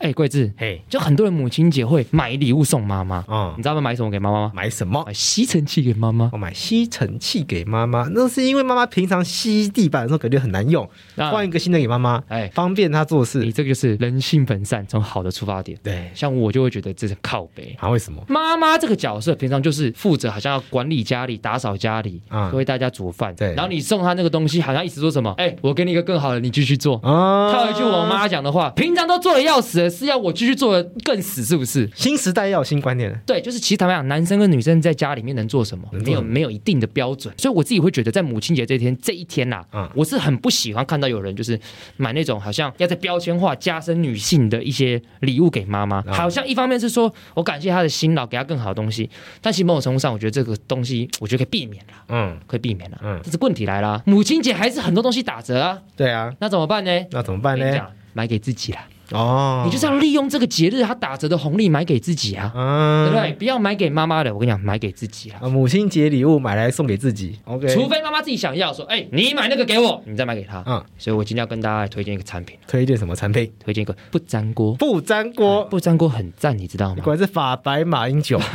桂智，就很多人母亲节会买礼物送妈妈，你知道买什么给妈妈吗？ 买什么？ 买吸尘器给妈妈。 买吸尘器给妈妈，那是因为妈妈平常吸地板的时候感觉很难用，换一个新的给妈妈，方便她做事。 你这个就是人性本善，从好的出发点。 对， 像我就会觉得这是靠北。 为什么？ 妈妈这个角色平常就是负责好像要管理家里、打扫家里，为大家煮饭。对，然后你送她那个东西，好像意思说什么？我给你一个更好的，你继续做。套一句我妈讲的话，平常都做的要死了，是要我继续做的更死，是不是？ 新时代要有新观念。 对，就是其实坦白讲，男生跟女生在家里面能做什么，没有一定的标准，所以我自己会觉得，在母亲节这一天啦，我是很不喜欢看到有人就是买那种好像要在标签化加深女性的一些礼物给妈妈，好像一方面是说我感谢她的辛劳，给她更好的东西，但其实某种程度上，我觉得这个东西，我觉得可以避免啦，可以避免啦。但是问题来啦，母亲节还是很多东西打折啊。 对啊， 那怎么办呢？买给自己啦。你就是要利用这个节日它打折的红利买给自己啊，对不对？不要买给妈妈的，我跟你讲，买给自己啦。 母亲节礼物买来送给自己 ，OK。 除非妈妈自己想要，说，你买那个给我，你再买给她。所以我今天要跟大家来推荐一个产品。 推荐什么产品？ 推荐一个不粘锅。 不粘锅， 不粘锅很赞，你知道吗？ 果然是法白马英九。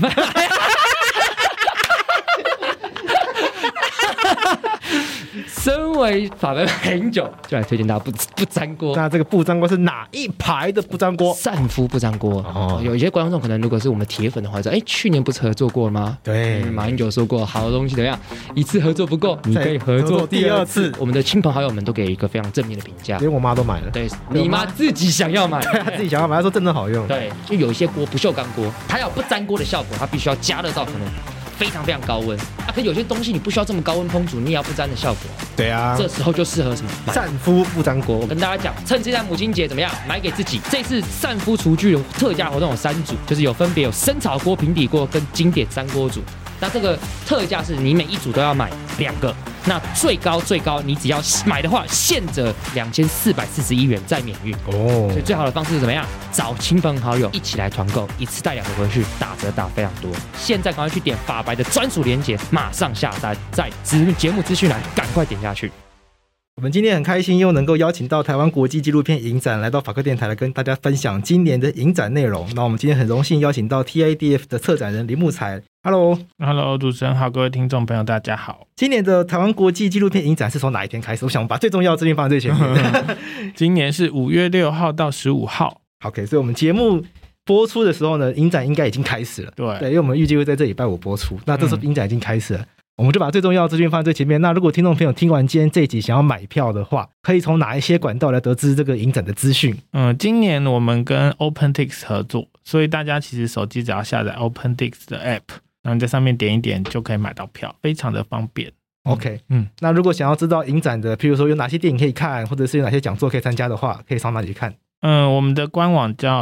身为法白马英九，就来推荐大家不粘锅。 那这个不粘锅是哪一排的不粘锅？ 善夫不粘锅。有一些观众可能如果是我们铁粉的话，说去年不是合作过了吗？ 对， 马英九说过，好的东西怎么样？一次合作不够，你可以合作第二次。我们的亲朋好友们都给一个非常正面的评价， 连我妈都买了。 对，你妈自己想要买， 对，她自己想要买，她说真的好用。 对，就有一些锅不锈钢锅，它要不粘锅的效果，它必须要加热到可能非常非常高温可有些东西你不需要这么高温烹煮，你也要不粘的效果。 对啊， 这时候就适合什么？ 善夫不粘锅。 我跟大家讲，趁这在母亲节怎么样？买给自己。这次善夫厨具的特价活动有3组，就是分别有生炒锅、平底锅跟经典3锅组。那这个特价是你每一组都要买2个，那最高你只要买的话，现折2441元再免运所以最好的方式是怎么样？找亲朋好友一起来团购，一次带2个回去，打折打非常多。现在赶快去点法白的专属链接，马上下单，在节目资讯栏赶快点下去。 我们今天很开心又能够邀请到台湾国际纪录片影展来到法科电台来跟大家分享今年的影展内容。那我们今天很荣幸邀请到 TIDF 的策展人林木材。Hello， 主持人好，各位听众朋友大家好。 今年的台湾国际纪录片影展是从哪一天开始？我想把最重要的资讯放在最前面。 今年是5月6号到15号。 OK， 所以我们节目播出的时候呢，影展应该已经开始了。对，因为我们预计会在这礼拜5播出，那这时候影展已经开始了。我们就把最重要的资讯放在最前面。那如果听众朋友听完今天这一集想要买票的话，可以从哪一些管道来得知这个影展的资讯？ 今年我们跟 OpenTix 合作，所以大家其实手机只要下载 OpenTix 的 App， 然后你在上面点一点就可以买到票，非常的方便。 OK， 那如果想要知道影展的，譬如说有哪些电影可以看，或者是有哪些讲座可以参加的话，可以上哪里看？ 我们的官网叫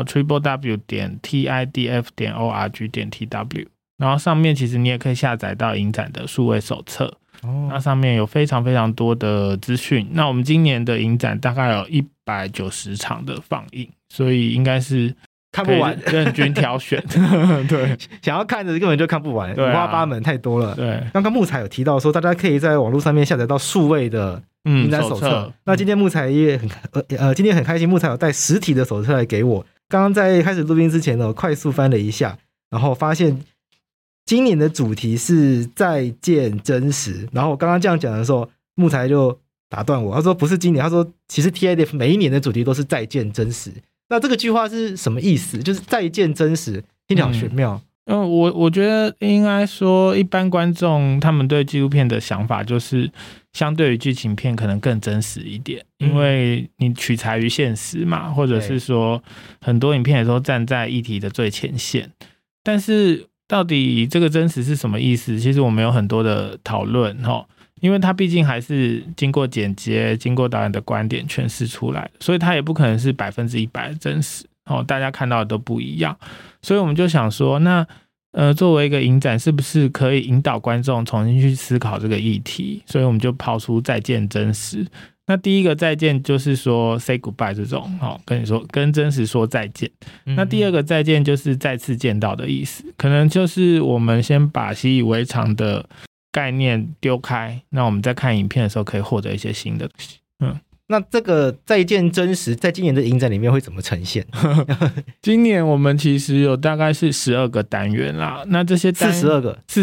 www.tidf.org.tw， 然后上面其实你也可以下载到影展的数位手册，那上面有非常非常多的资讯。那我们今年的影展大概有190场的放映，所以应该是看不完， 任君挑选。对， 想要看的根本就看不完，五花八门太多了。 对， 刚刚木材有提到说，大家可以在网络上面下载到数位的影展手册。那今天木材也今天很开心，木材有带实体的手册来给我。刚刚在开始录音之前呢，我快速翻了一下，然后发现今年的主题是再见真实。然后我刚刚这样讲的时候，木材就打断我，他说不是今年，他说其实 TIDF 每一年的主题都是再见真实。那这个句话是什么意思？就是再见真实，听起来好玄妙。 我觉得应该说，一般观众他们对纪录片的想法就是相对于剧情片可能更真实一点，因为你取材于现实嘛，或者是说很多影片也都站在议题的最前线。但是到底这个真实是什么意思？其实我们有很多的讨论，因为它毕竟还是经过剪接，经过导演的观点诠释出来的，所以它也不可能是100%的真实，大家看到的都不一样。所以我们就想说，那作为一个影展，是不是可以引导观众重新去思考这个议题？所以我们就抛出再见真实。那第一个再见就是说 say goodbye 这种，跟你说跟真实说再见。那第二个再见就是再次见到的意思，可能就是我们先把习以为常的概念丢开，那我们在看影片的时候可以获得一些新的东西。 那这个再见真实在今年的影展里面会怎么呈现？ 今年我们其实有大概是12个单元啦，那这些 42个是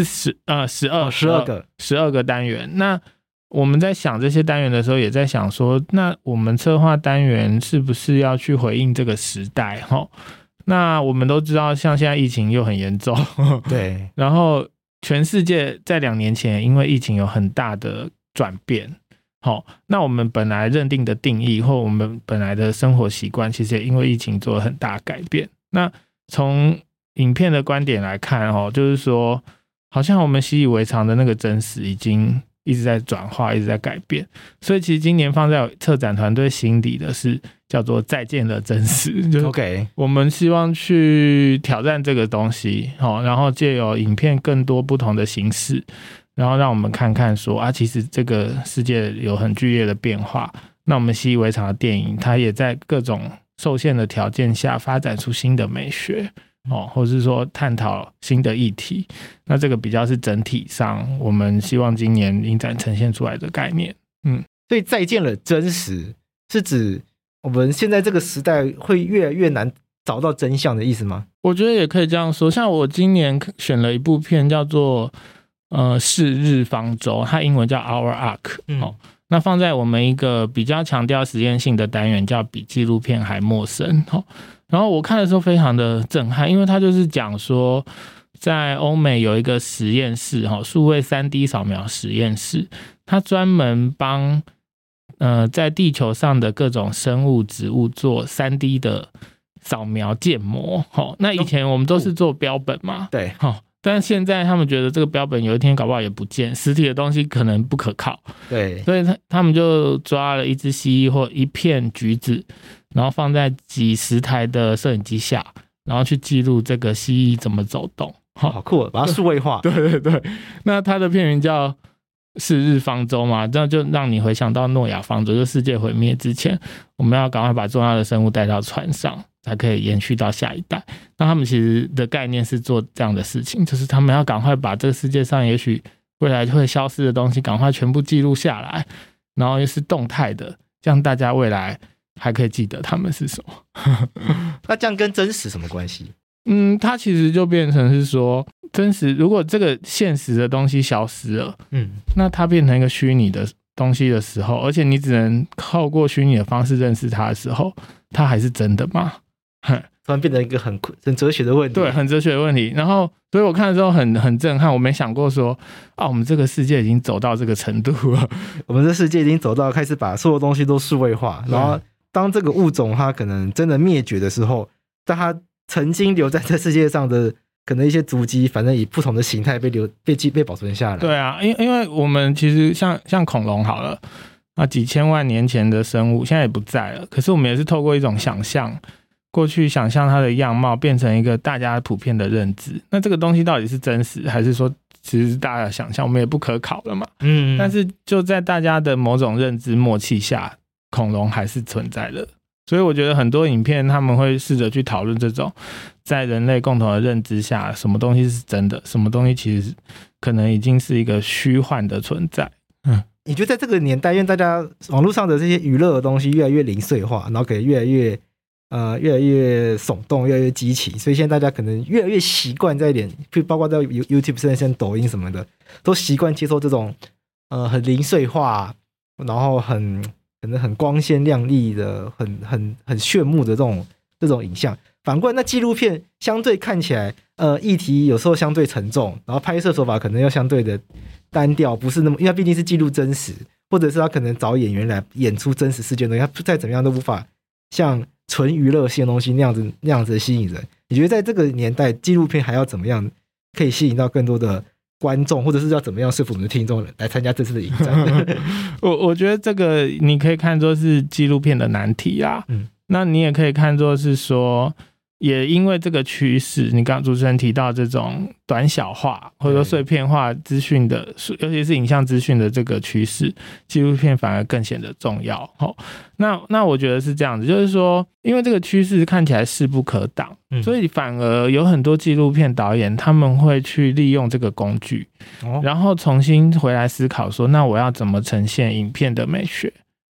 12个单元。那我们在想这些单元的时候，也在想说，那我们策划单元是不是要去回应这个时代？那我们都知道，像现在疫情又很严重， 对， 然后全世界在2年前因为疫情有很大的转变。那我们本来认定的定义或我们本来的生活习惯，其实也因为疫情做了很大改变。那从影片的观点来看，就是说好像我们习以为常的那个真实已经一直在转化，一直在改变。所以其实今年放在策展团队心底的是叫做再见的真实，就是 OK， 我们希望去挑战这个东西，然后借由影片更多不同的形式，然后让我们看看说其实这个世界有很剧烈的变化。那我们习以为常的电影，它也在各种受限的条件下发展出新的美学，或是说探讨新的议题。那这个比较是整体上我们希望今年影展呈现出来的概念。 所以再见了真实是指我们现在这个时代会越来越难找到真相的意思吗？ 我觉得也可以这样说。像我今年选了一部片叫做逝日方舟，它英文叫 Our Ark，那放在我们一个比较强调实验性的单元叫比纪录片还陌生。然后我看的时候非常的震撼，因为它就是讲说在欧美有一个实验室，数位 3D 扫描实验室，它专门帮在地球上的各种生物植物做 3D 的扫描建模。那以前我们都是做标本嘛， 对， 但现在他们觉得这个标本有一天搞不好也不见，实体的东西可能不可靠， 对， 所以他们就抓了一只蜥蜴或一片橘子，然后放在几十台的摄影机下，然后去记录这个蜥蜴怎么走动。 好酷，把它数位化。 对对对，那它的片名叫逝日方舟嘛，这样就让你回想到诺亚方舟，就世界毁灭之前，我们要赶快把重要的生物带到船上，才可以延续到下一代。那他们其实的概念是做这样的事情，就是他们要赶快把这个世界上也许未来会消失的东西赶快全部记录下来，然后又是动态的，这样大家未来还可以记得他们是什么。 那这样跟真实什么关系？ 它其实就变成是说，真实如果这个现实的东西消失了，那它变成一个虚拟的东西的时候，而且你只能透过虚拟的方式认识它的时候，它还是真的吗？ 突然变成一个很哲学的问题。 对，很哲学的问题。然后所以我看的时候很震撼，我没想过说我们这个世界已经走到这个程度了， 我们这世界已经走到开始把所有东西都数位化，然后当这个物种它可能真的灭绝的时候，但它曾经留在这世界上的可能一些足迹，反正以不同的形态被保存下来。 对啊，因为我们其实像恐龙好了，几千万年前的生物现在也不在了，可是我们也是透过一种想象，过去想象它的样貌变成一个大家普遍的认知。那这个东西到底是真实，还是说其实是大家的想象，我们也不可考了嘛。但是就在大家的某种认知默契下，恐龙还是存在的。所以我觉得很多影片他们会试着去讨论这种在人类共同的认知下，什么东西是真的，什么东西其实可能已经是一个虚幻的存在。 你觉得在这个年代，因为大家网络上的这些娱乐的东西越来越零碎化，然后可能越来越耸动，越来越激情，所以现在大家可能越来越习惯在包括在 YouTube 甚至像抖音什么的，都习惯接受这种很零碎化，然后可能很光鲜亮丽的、很炫目的这种影像。反过来，那纪录片相对看起来，议题有时候相对沉重，然后拍摄手法可能要相对的单调，不是那么，因为它毕竟是记录真实，或者是他可能找演员来演出真实事件的东西，他再怎么样都无法像纯娱乐性的东西那样子的吸引人。你觉得在这个年代，纪录片还要怎么样可以吸引到更多的观众，或者是要怎么样说服我们的听众来参加这次的影展？ 我觉得这个你可以看作是纪录片的难题啊。那你也可以看作是说，也因为这个趋势，你刚刚主持人提到这种短小化或者说碎片化资讯的，尤其是影像资讯的这个趋势，纪录片反而更显得重要。那我觉得是这样子，就是说，因为这个趋势看起来势不可挡，所以反而有很多纪录片导演他们会去利用这个工具，然后重新回来思考说，那我要怎么呈现影片的美学？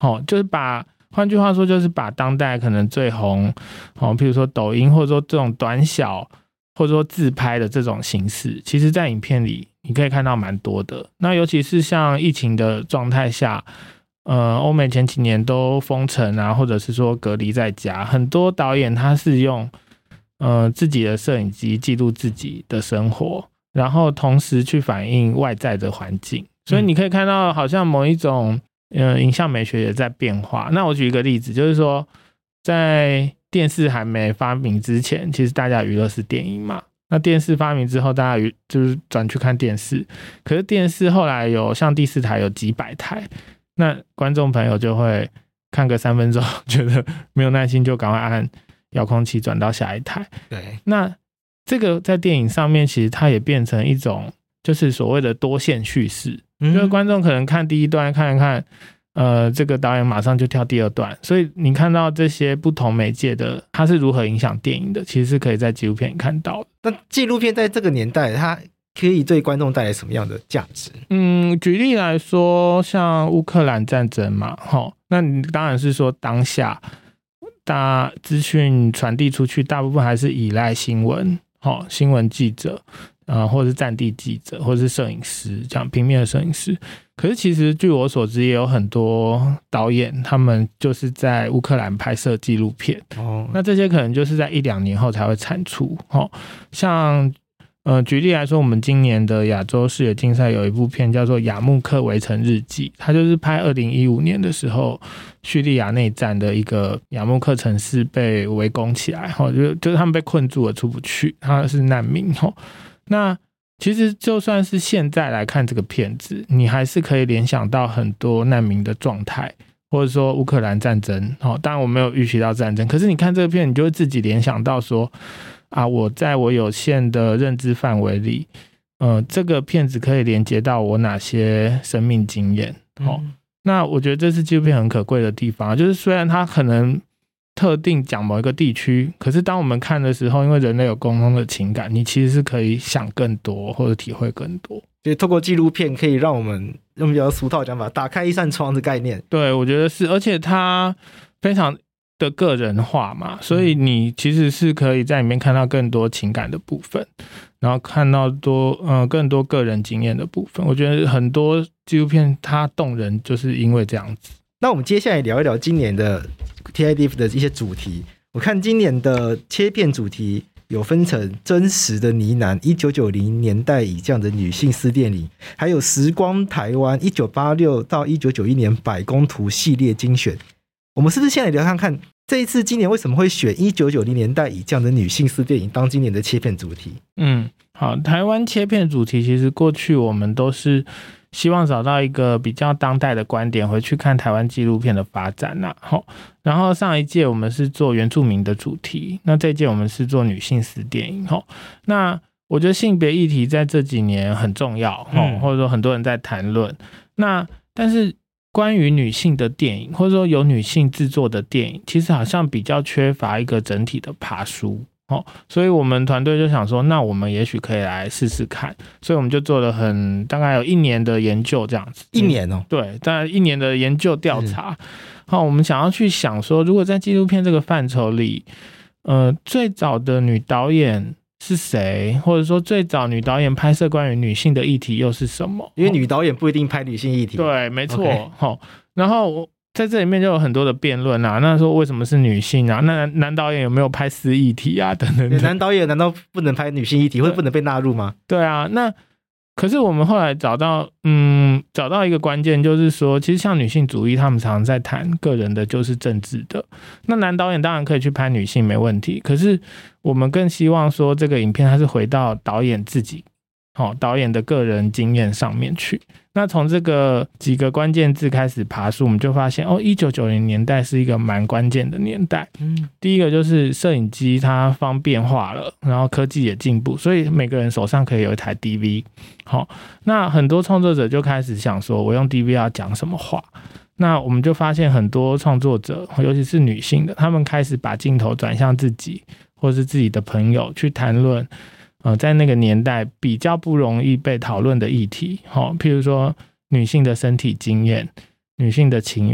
就是换句话说，就是把当代可能最红譬如说抖音或者说这种短小或者说自拍的这种形式，其实在影片里你可以看到蛮多的。那尤其是像疫情的状态下，欧美前几年都封城啊，或者是说隔离在家，很多导演他是用自己的摄影机记录自己的生活，然后同时去反映外在的环境，所以你可以看到好像某一种影像美学也在变化。那我举一个例子，就是说在电视还没发明之前，其实大家娱乐是电影嘛。那电视发明之后，大家就是转去看电视。可是电视后来有像第4台有几百台，那观众朋友就会看个3分钟，觉得没有耐心，就赶快按遥控器转到下一台。 对， 那这个在电影上面，其实它也变成一种就是所谓的多线叙事，就是观众可能看第一段看一看。这个导演马上就跳第2段，所以你看到这些不同媒介的它是如何影响电影的，其实是可以在纪录片里看到的。 那纪录片在这个年代它可以对观众带来什么样的价值？ 举例来说，像乌克兰战争嘛，那你当然是说当下大资讯传递出去，大部分还是依赖新闻记者或者是战地记者或者是摄影师，这样平面的摄影师。可是其实据我所知，也有很多导演他们就是在乌克兰拍摄纪录片，那这些可能就是在1-2年后才会产出。像举例来说，我们今年的亚洲视野竞赛有一部片叫做《雅木克围城日记》，它就是拍2015年的时候叙利亚内战的一个雅木克城市被围攻起来，就是他们被困住了出不去，他是难民。那其实就算是现在来看这个片子，你还是可以联想到很多难民的状态，或者说乌克兰战争。当然我没有预习到战争，可是你看这个片，你就会自己联想到说我在我有限的认知范围里，这个片子可以连接到我哪些生命经验。那我觉得这是纪录片很可贵的地方，就是虽然它可能特定讲某一个地区，可是当我们看的时候，因为人类有共同的情感，你其实是可以想更多或者体会更多。 所以透过纪录片可以让我们用比较俗套的讲法，打开一扇窗的概念。 对，我觉得是，而且它非常的个人化嘛，所以你其实是可以在里面看到更多情感的部分，然后看到更多个人经验的部分。我觉得很多纪录片它动人，就是因为这样子。 那我们接下来聊一聊今年的 TIDF 的一些主题。我看今年的切片主题有分成真实的呢喃1990年代以降的女性私电影，还有时光台湾1986到1991年百工图系列精选。我们是不是先来聊看看这一次今年为什么会选1990年代以降的女性私电影当今年的切片主题？ 好，台湾切片主题其实过去我们都是希望找到一个比较当代的观点回去看台湾纪录片的发展然后上一届我们是做原住民的主题，那这一届我们是做女性私电影那我觉得性别议题在这几年很重要或者说很多人在谈论。那但是关于女性的电影，或者说有女性制作的电影，其实好像比较缺乏一个整体的爬梳所以我们团队就想说，那我们也许可以来试试看，所以我们就做了大概有1年的研究这样子。 1年哦？ 对，大概1年的研究调查。我们想要去想说，如果在纪录片这个范畴里，最早的女导演是谁，或者说最早女导演拍摄关于女性的议题又是什么？ 因为女导演不一定拍女性议题。 对，没错。然后在这里面就有很多的辩论啊，那说为什么是女性啊？那男导演有没有拍私议题啊？等等。 男导演难道不能拍女性议题，或者不能被纳入吗？ 对啊，那可是我们后来找到一个关键，就是说，其实像女性主义，他们常常在谈个人的就是政治的。那男导演当然可以去拍女性没问题，可是我们更希望说，这个影片它是回到导演自己。导演的个人经验上面去。那从这个几个关键字开始爬梳，我们就发现1990年代是一个蛮关键的年代。第一个就是摄影机它方便化了，然后科技也进步，所以每个人手上可以有一台 DV。那很多创作者就开始想说，我用 DV 要讲什么话？那我们就发现很多创作者，尤其是女性的，他们开始把镜头转向自己，或是自己的朋友，去谈论在那个年代比较不容易被讨论的议题，譬如说女性的身体经验、女性的情欲，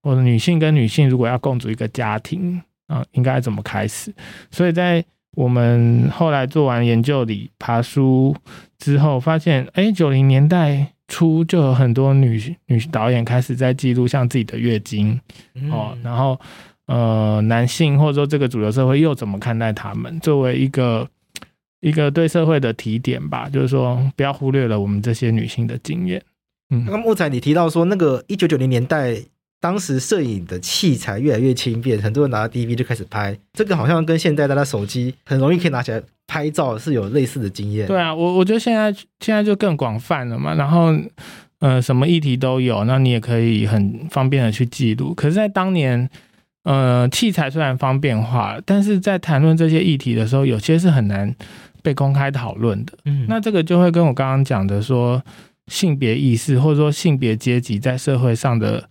或者女性跟女性如果要共组一个家庭应该怎么开始。所以在我们后来做完研究里爬书之后发现90年代初就有很多女导演开始在记录像自己的月经然后男性或者说这个主流社会又怎么看待他们，作为一个对社会的提点吧，就是说不要忽略了我们这些女性的经验。 刚刚木材你提到说那个1990年代当时摄影的器材越来越轻便，很多人拿到 DV 就开始拍，这个好像跟现在大家手机很容易可以拿起来拍照是有类似的经验。 对啊，我觉得现在就更广泛了嘛，然后什么议题都有，那你也可以很方便的去记录。可是在当年器材虽然方便化了，但是在谈论这些议题的时候有些是很难被公开讨论的。那这个就会跟我刚刚讲的说性别意识或者说性别阶级在社会上的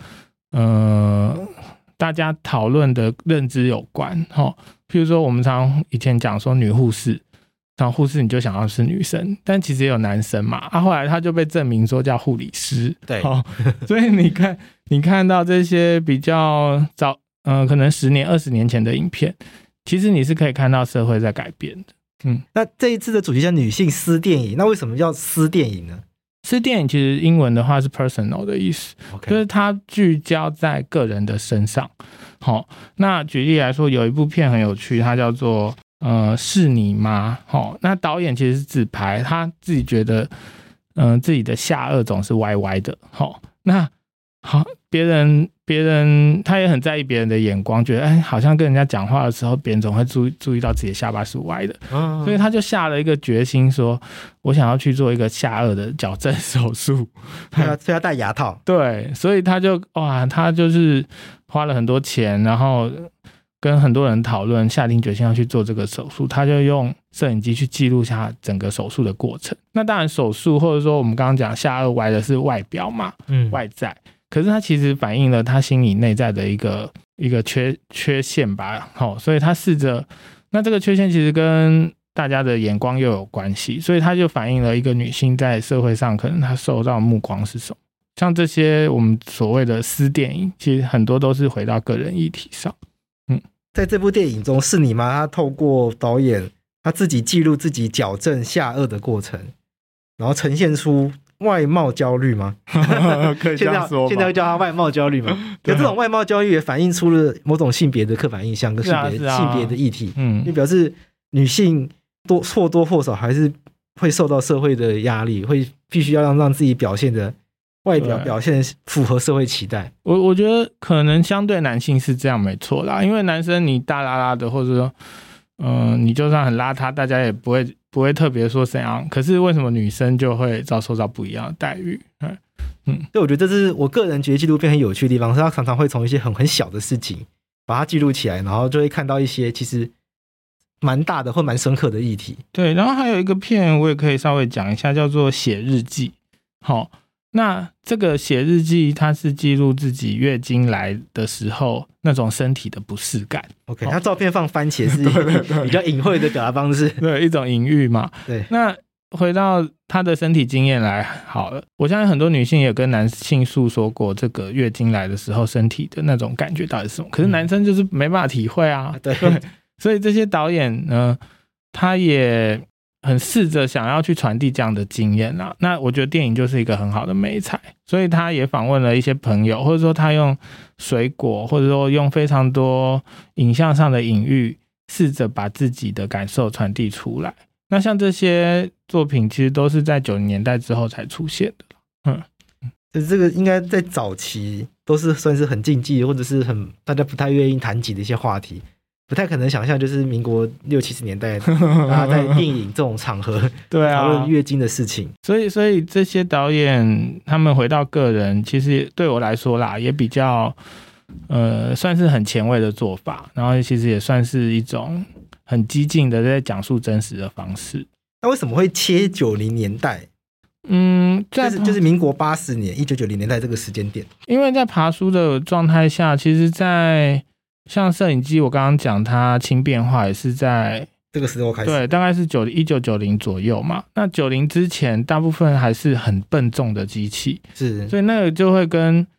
大家讨论的认知有关。譬如说我们常以前讲说女护士，然后护士你就想要是女生，但其实也有男生嘛，后来他就被证明说叫护理师。 对， 所以你看到这些比较早可能10年20年前的影片，其实你是可以看到社会在改变的。 那这一次的主题叫女性私电影，那为什么叫私电影呢？ 私电影其实英文的话是 personal 的意思，就是它聚焦在个人的身上。那举例来说，有一部片很有趣，它叫做是你吗？那导演其实是自拍，他自己觉得自己的下颚总是歪歪的。那好，别人他也很在意别人的眼光，觉得好像跟人家讲话的时候，别人总会注意到自己的下巴是歪的。所以他就下了一个决心说，我想要去做一个下颚的矫正手术。 所以要戴牙套。 对，所以他就是花了很多钱，然后跟很多人讨论，下定决心要去做这个手术。他就用摄影机去记录下整个手术的过程。那当然手术或者说我们刚刚讲下颚歪的是外表嘛，外在，可是它其实反映了他心理内在的一个缺陷吧。所以他试着，那这个缺陷其实跟大家的眼光又有关系，所以他就反映了一个女性在社会上可能她受到的目光是什么。像这些我们所谓的私电影，其实很多都是回到个人议题上。 在这部电影中，是你吗？他透过导演他自己记录自己矫正下颚的过程，然后呈现出外貌焦虑吗？ 可以这样说吧， 现在会叫他外貌焦虑吗？可这种外貌焦虑也反映出了某种性别的刻板印象跟性别的议题，就表示女性或多或少还是会受到社会的压力，会必须要让自己表现的外表表现符合社会期待。 我觉得可能相对男性是这样没错啦，因为男生你大拉拉的，或者说你就算很邋遢，大家也不会特别说怎样。可是为什么女生就会遭受到不一样的待遇？ 对，我觉得这是我个人觉得纪录片很有趣的地方，是他常常会从一些很小的事情把它记录起来，然后就会看到一些其实蛮大的或蛮深刻的议题。 对，然后还有一个片我也可以稍微讲一下，叫做写日记。那这个写日记它是记录自己月经来的时候那种身体的不适感。 OK， 他照片放番茄是比较隐晦的表达方式， 对，一种隐喻嘛。 对， 那回到他的身体经验来好了，我相信很多女性也跟男性诉说过这个月经来的时候身体的那种感觉到底是什么，可是男生就是没办法体会啊。 对， 所以这些导演呢，他也很试着想要去传递这样的经验啊。那我觉得电影就是一个很好的媒材，所以他也访问了一些朋友，或者说他用水果，或者说用非常多影像上的隐喻，试着把自己的感受传递出来。那像这些作品其实都是在90年代之后才出现的。 这个应该在早期都是算是很禁忌，或者是很大家不太愿意谈及的一些话题，不太可能想象就是民国60、70年代大家在电影这种场合对啊， 讨论月经的事情。 所以这些导演他们回到个人，其实对我来说啦，也比较算是很前卫的做法，然后其实也算是一种很激进的在讲述真实的方式。 那为什么会切90年代？就是民国80年1990年代这个时间点。 因为在爬书的状态下，其实在像摄影机我刚刚讲它轻便化也是在这个时候开始， 对，大概是1990左右嘛。那90之前大部分还是很笨重的机器， 是， 所以那个就会跟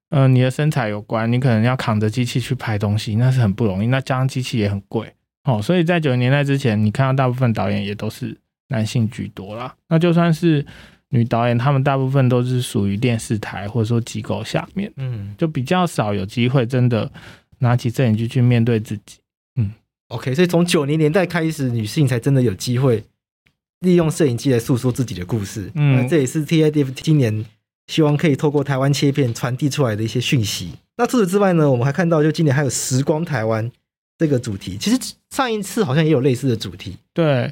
你的身材有关，你可能要扛着机器去拍东西，那是很不容易，那加上机器也很贵所以在90年代之前，你看到大部分导演也都是男性居多啦。那就算是女导演，他们大部分都是属于电视台或者说机构下面，就比较少有机会真的拿起摄影机去面对自己。 OK， 所以从90年代开始，女性才真的有机会利用摄影机来诉说自己的故事。这也是 TIDF 今年希望可以透过台湾切片传递出来的一些讯息。那除此之外呢，我们还看到就今年还有时光台湾这个主题，其实上一次好像也有类似的主题。 对，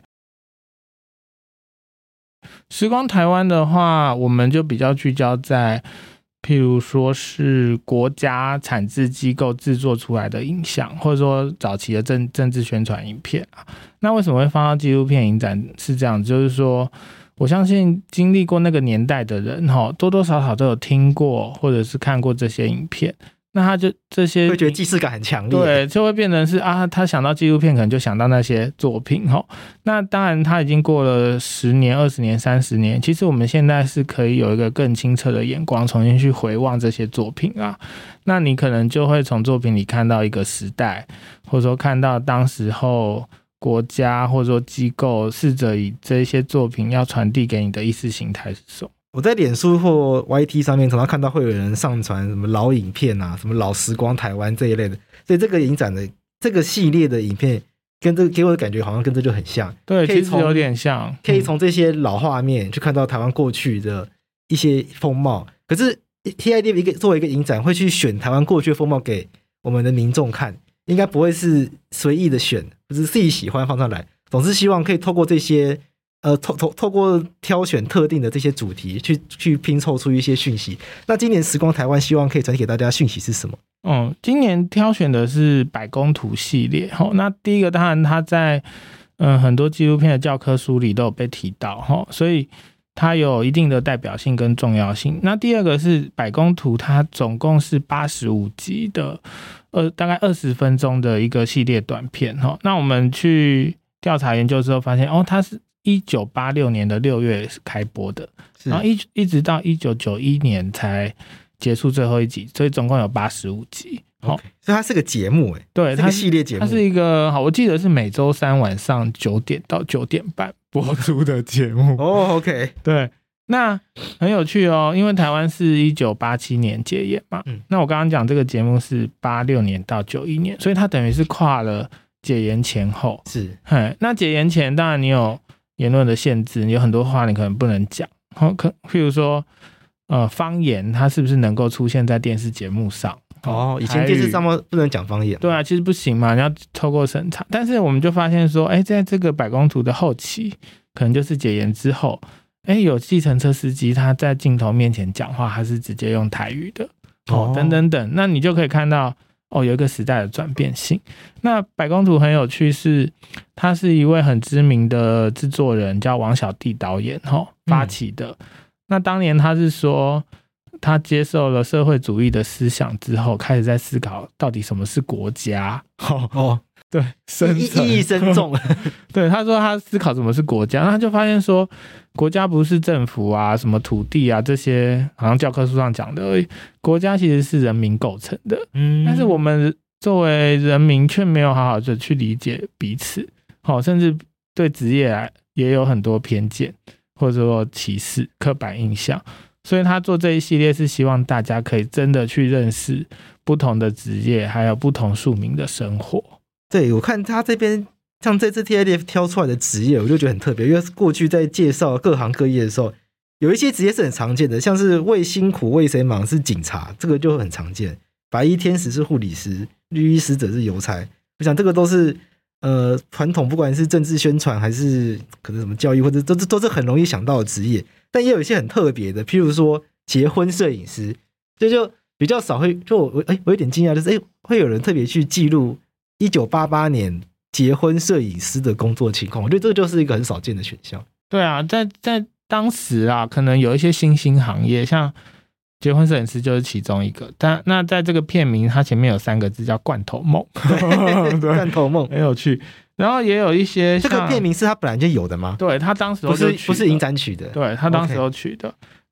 时光台湾的话，我们就比较聚焦在譬如说是国家产制机构制作出来的影像，或者说早期的政治宣传影片那为什么会放到纪录片影展是这样，就是说我相信经历过那个年代的人多多少少都有听过或者是看过这些影片，那他就这些会觉得既视感很强烈， 对，就会变成是他想到纪录片可能就想到那些作品那当然他已经过了10年、20年、30年，其实我们现在是可以有一个更清澈的眼光重新去回望这些作品那你可能就会从作品里看到一个时代，或者说看到当时候国家或者说机构试着以这些作品要传递给你的意识形态是什么。 我在脸书或 YT 上面常常看到会有人上传什么老影片什么老时光台湾这一类的，所以这个影展的这个系列的影片跟这给我的感觉好像跟这就很像。 对，其实有点像， 可以从这些老画面去看到台湾过去的一些风貌。可是 TIDF 作为一个影展会去选台湾过去的风貌给我们的民众看，应该不会是随意的选，不是自己喜欢放上来，总是希望可以透过这些透过挑选特定的这些主题去拼凑出一些讯息。那今年时光台湾希望可以传递给大家讯息是什么？ 今年挑选的是百工图系列那第一个当然它在很多纪录片的教科书里都有被提到所以它有一定的代表性跟重要性。那第二个是百工图，它总共是85集的大概20分钟的一个系列短片那我们去调查研究之后发现它是1986年的6月开播的，然后一直到1991年才结束最后一集，所以总共有85集。 所以它是个节目对， 它是个系列节目， 它是一个我记得是每周3晚上9点到9点半播出的节目。 OK， 对，那很有趣因为台湾是1987年解严嘛，那我刚刚讲这个节目是86年到91年，所以它等于是跨了解严前后。 是， 那解严前当然你有言论的限制，你有很多话你可能不能讲譬如说方言它是不是能够出现在电视节目上以前电视上面不能讲方言。 对啊，其实不行嘛，你要透过审查。但是我们就发现说在这个百工图的后期，可能就是解严之后有计程车司机他在镜头面前讲话他是直接用台语的等等等，那你就可以看到有一个时代的转变性。那百工图很有趣是他是一位很知名的制作人叫王小弟导演发起的。那当年他是说他接受了社会主义的思想之后，开始在思考到底什么是国家对， 意义深重对，他说他思考什么是国家，那他就发现说国家不是政府什么土地这些好像教科书上讲的而已，国家其实是人民构成的但是我们作为人民却没有好好的去理解彼此甚至对职业也有很多偏见或者说歧视刻板印象，所以他做这一系列是希望大家可以真的去认识不同的职业还有不同庶民的生活。 对，我看他这边像这次 TIDF 挑出来的职业我就觉得很特别，因为过去在介绍各行各业的时候有一些职业是很常见的，像是为辛苦为谁忙是警察，这个就很常见，白衣天使是护理师，绿衣使者是邮差，我想这个都是传统不管是政治宣传还是可能什么教育或者都是很容易想到的职业。但也有一些很特别的，譬如说结婚摄影师，就比较少会，就我有点惊讶，就是会有人特别去记录1988年结婚摄影师的工作情况，我觉得这个就是一个很少见的选项。 对啊，在当时可能有一些新兴行业，像结婚摄影师就是其中一个。那在这个片名，它前面有3个字叫罐头梦， 罐头梦很有趣。然后也有一些这个片名是他本来就有的吗？ 对，他当时不是影展取的， 对，他当时有取的。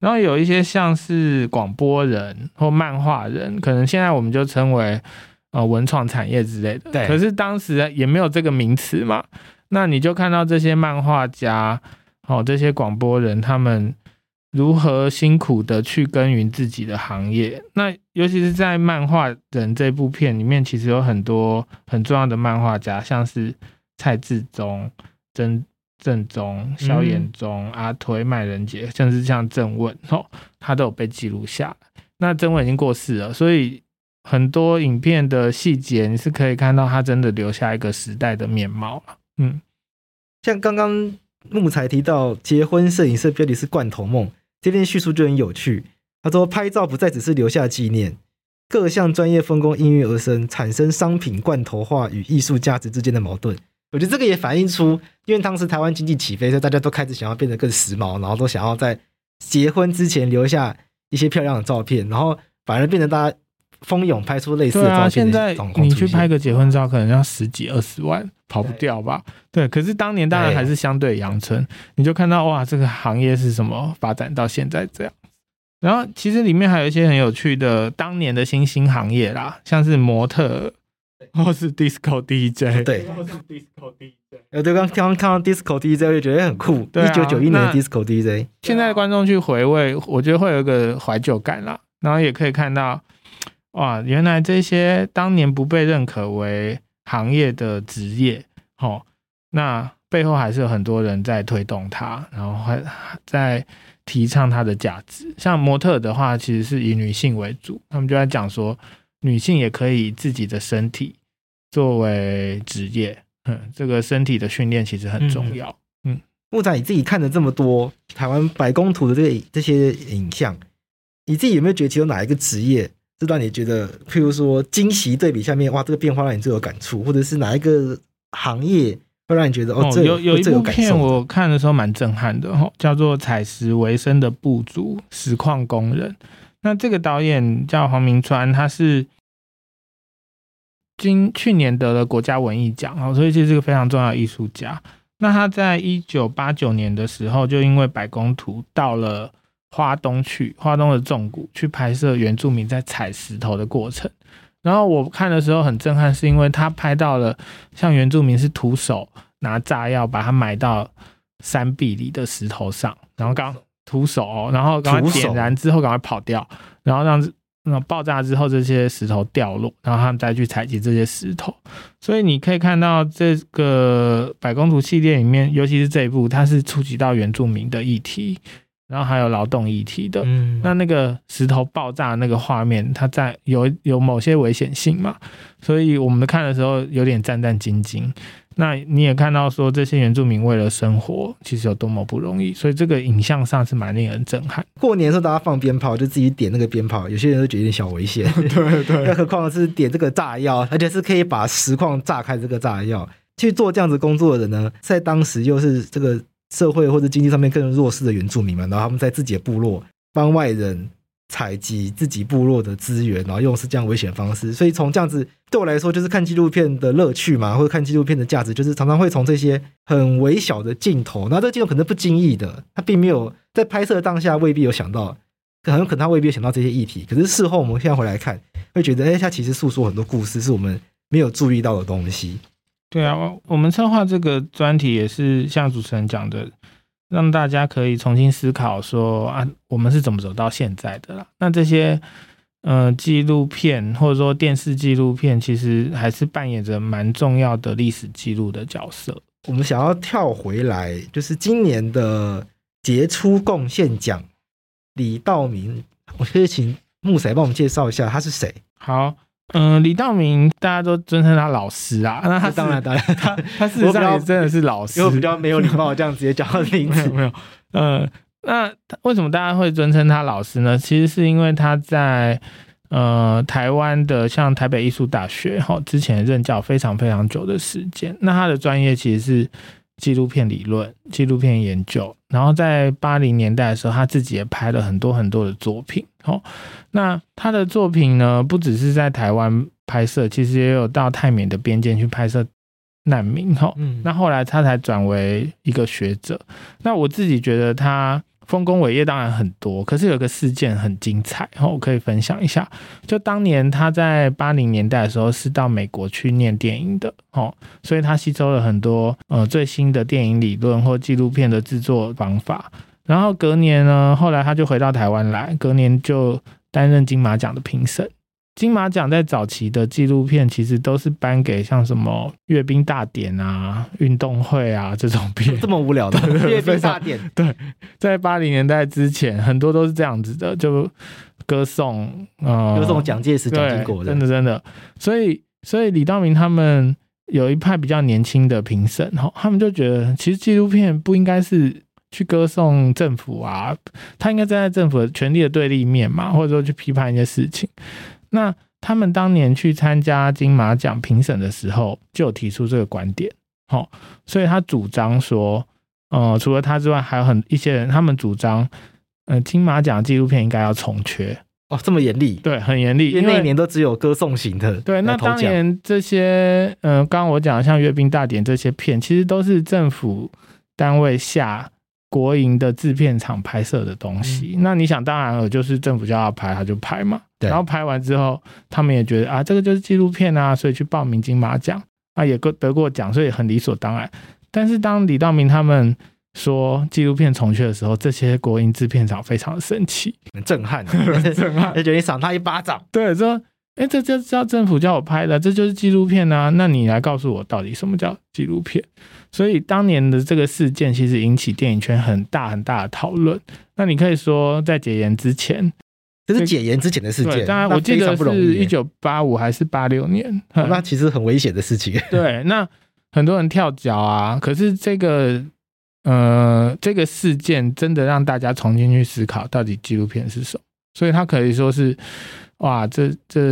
然后有一些像是广播人或漫画人，可能现在我们就称为文创产业之类的。 对。 可是当时也没有这个名词嘛，那你就看到这些漫画家，这些广播人，他们如何辛苦的去耕耘自己的行业。那尤其是在漫画人这部片里面，其实有很多很重要的漫画家，像是蔡志忠、郑中、萧衍宗、阿推、麦人杰，甚至像郑问，他都有被记录下来。那郑问已经过世了，所以很多影片的细节你是可以看到他真的留下一个时代的面貌了。 像刚刚木材提到结婚摄影师标题是罐头梦，这篇叙述就很有趣。他说拍照不再只是留下纪念，各项专业分工应运而生，产生商品罐头化与艺术价值之间的矛盾。我觉得这个也反映出，因为当时台湾经济起飞，所以大家都开始想要变得更时髦，然后都想要在结婚之前留下一些漂亮的照片，然后反而变得大家蜂拥拍出类似的照片。 现在你去拍个结婚照可能要10几20万，跑不掉吧？对，可是当年当然还是相对阳春，你就看到哇，这个行业是什么发展到现在这样。然后其实里面还有一些很有趣的当年的新兴行业啦，像是模特或是 disco DJ。 对， 或是 disco DJ。 对，刚看到 disco DJ 我就觉得很酷。1991年的 disco DJ， 现在观众去回味，我觉得会有一个怀旧感啦。然后也可以看到哇，原来这些当年不被认可为行业的职业，那背后还是有很多人在推动它，然后还在提倡它的价值。像模特的话其实是以女性为主，他们就在讲说女性也可以以自己的身体作为职业，这个身体的训练其实很重要。 木材，你自己看了这么多台湾百工图的这些影像，你自己有没有觉得其中哪一个职业是让你觉得譬如说惊喜对比下面，哇，这个变化让你最有感触，或者是哪一个行业会让你觉得有一部片我看的时候蛮震撼的，叫做采石为生的部族石矿工人。那这个导演叫黄明川，他是去年得了国家文艺奖，所以这是个非常重要的艺术家。那他在1989年的时候就因为百工图到了花东的纵谷去拍摄原住民在采石头的过程。然后我看的时候很震撼，是因为他拍到了像原住民是徒手拿炸药把它埋到山壁里的石头上，然后徒手，然后赶快点燃之后赶快跑掉，然后让爆炸之后这些石头掉落，然后他们再去采集这些石头。所以你可以看到这个百工图系列里面，尤其是这一部，它是触及到原住民的议题，然后还有劳动议题的。那个石头爆炸那个画面，它在有某些危险性嘛，所以我们看的时候有点战战兢兢。那你也看到说这些原住民为了生活其实有多么不容易，所以这个影像上是蛮令人震撼。 过年的时候大家放鞭炮就自己点那个鞭炮，有些人都觉得有点小危险对， 更何况是点这个炸药，而且是可以把石矿炸开这个炸药。去做这样子工作的人呢，在当时又是这个社会或者经济上面更弱势的原住民们，然后他们在自己的部落帮外人采集自己部落的资源，然后用是这样危险的方式。所以从这样子对我来说，就是看纪录片的乐趣嘛，或者看纪录片的价值，就是常常会从这些很微小的镜头，那这个镜头可能不经意的，他并没有在拍摄当下未必有想到，很有可能他未必有想到这些议题，可是事后我们现在回来看，会觉得他其实诉说很多故事是我们没有注意到的东西。 对啊，我们策划这个专题也是像主持人讲的，让大家可以重新思考说啊，我们是怎么走到现在的啦。那这些纪录片或者说电视纪录片，其实还是扮演着蛮重要的历史记录的角色。 我们想要跳回来，就是今年的杰出贡献奖李道明，我可以请木材帮我们介绍一下他是谁？ 好。李道明大家都尊称他老师啊，那他当然他事实上也真的是老师， 因为我比较没有礼貌这样直接讲他的名字。 没有那为什么大家会尊称他老师呢？其实是因为他在台湾的像台北艺术大学之前任教非常非常久的时间。那他的专业其实是纪录片理论、纪录片研究，然后在80年代的时候他自己也拍了很多很多的作品。那他的作品呢，不只是在台湾拍摄，其实也有到泰缅的边界去拍摄难民。那后来他才转为一个学者。那我自己觉得他丰功伟业当然很多，可是有个事件很精彩，我可以分享一下。就当年他在80年代的时候是到美国去念电影的，所以他吸收了很多最新的电影理论或纪录片的制作方法。然后隔年呢，后来他就回到台湾来，隔年就担任金马奖的评审。金马奖在早期的纪录片其实都是颁给像什么阅兵大典啊、运动会啊这种片， 这么无聊的阅兵大典。 对，在80年代之前很多都是这样子的，就歌颂蒋介石、蒋经国的， 真的。所以李道明他们有一派比较年轻的评审，他们就觉得其实纪录片不应该是去歌颂政府啊，他应该站在政府的权力的对立面嘛，或者说去批判一些事情。那他们当年去参加金马奖评审的时候，就有提出这个观点，所以他主张说，除了他之外，还有一些人，他们主张，金马奖纪录片应该要重缺。 这么严厉？ 对，很严厉， 因为那一年都只有歌颂型的。 对，那当年这些，刚刚我讲的像阅兵大典这些片，其实都是政府单位下国营的制片厂拍摄的东西，那你想当然了，就是政府叫他拍他就拍嘛，然后拍完之后他们也觉得这个就是纪录片啊，所以去报名金马奖也得过奖，所以很理所当然。但是当李道明他们说纪录片重缺的时候，这些国营制片厂非常的生气， 很震撼震撼， 就觉得你赏他一巴掌。 对，说这叫政府叫我拍的，这就是纪录片啊，那你来告诉我到底什么叫纪录片。所以当年的这个事件其实引起电影圈很大很大的讨论。那你可以说在解严之前， 这是解严之前的事件， 当然我记得是1985还是86年， 那其实很危险的事情。 对，那很多人跳脚啊，可是这个事件真的让大家重新去思考到底纪录片是什么，所以它可以说是这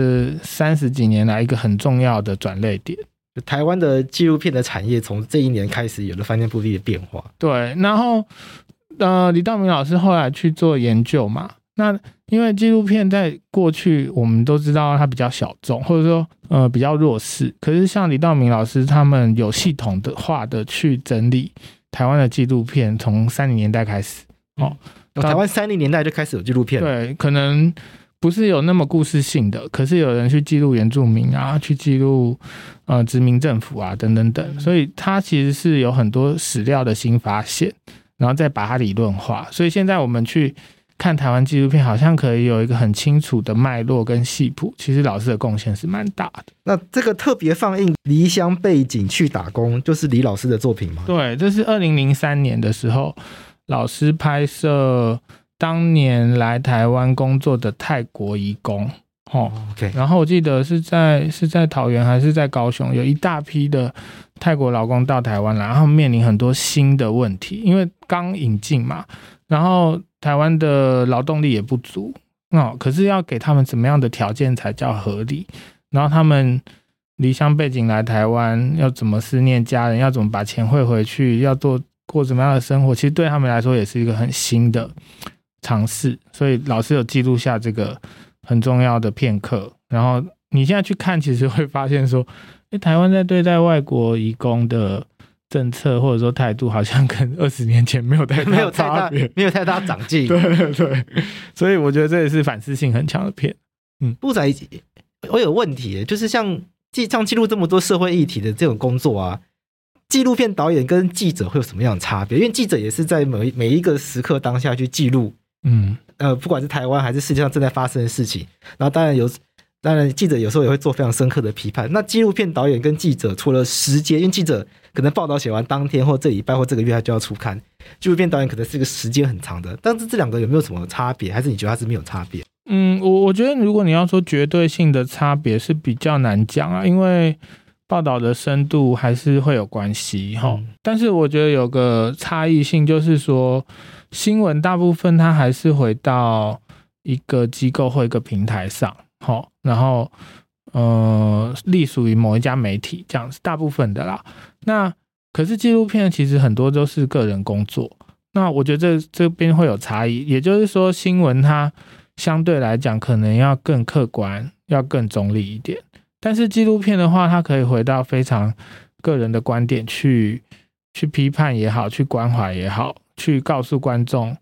30几年来一个很重要的转捩点。 台湾的纪录片的产业从这一年开始有了翻天覆地的变化。 对，然后李道明老师后来去做研究嘛，那因为纪录片在过去我们都知道它比较小众，或者说比较弱势，可是像李道明老师他们有系统化的去整理台湾的纪录片，从30年代开始台湾30年代就开始有纪录片。 对，可能不是有那么故事性的，可是有人去记录原住民啊，去记录殖民政府啊等等等，所以它其实是有很多史料的新发现，然后再把它理论化。所以现在我们去看台湾纪录片，好像可以有一个很清楚的脉络跟系谱，其实老师的贡献是蛮大的。 那这个特别放映离乡背景去打工，就是李老师的作品吗？ 对，这是2003年的时候老师拍摄当年来台湾工作的泰国移工 ，OK， 然后我记得是在桃园还是在高雄，有一大批的泰国劳工到台湾来，然后面临很多新的问题，因为刚引进嘛，然后台湾的劳动力也不足，可是要给他们怎么样的条件才叫合理？然后他们离乡背景来台湾，要怎么思念家人，要怎么把钱汇回去，要过怎么样的生活，其实对他们来说也是一个很新的尝试，所以老师有记录下这个很重要的片刻。然后你现在去看，其实会发现说，台湾在对待外国移工的政策或者说态度，好像跟20年前没有太大差别， 没有太大长进。 对对，所以我觉得这也是反思性很强的片。 布仔，我有问题，就是像记录这么多社会议题的这种工作啊，纪录片导演跟记者会有什么样的差别？因为记者也是在每一个时刻当下去记录，不管是台湾还是世界上正在发生的事情。然后当然记者有时候也会做非常深刻的批判。那纪录片导演跟记者除了时间，因为记者可能报道写完当天或这礼拜或这个月他就要出刊，纪录片导演可能是一个时间很长的。但是这两个有没有什么差别？还是你觉得它是没有差别？ 我觉得如果你要说绝对性的差别是比较难讲啊，因为报道的深度还是会有关系但是我觉得有个差异性，就是说新闻大部分它还是回到一个机构或一个平台上然后隶属于某一家媒体，这样是大部分的啦。那可是纪录片其实很多都是个人工作，那我觉得这边会有差异，也就是说新闻它相对来讲可能要更客观，要更中立一点，但是纪录片的话，它可以回到非常个人的观点去批判也好，去关怀也好，去告诉观众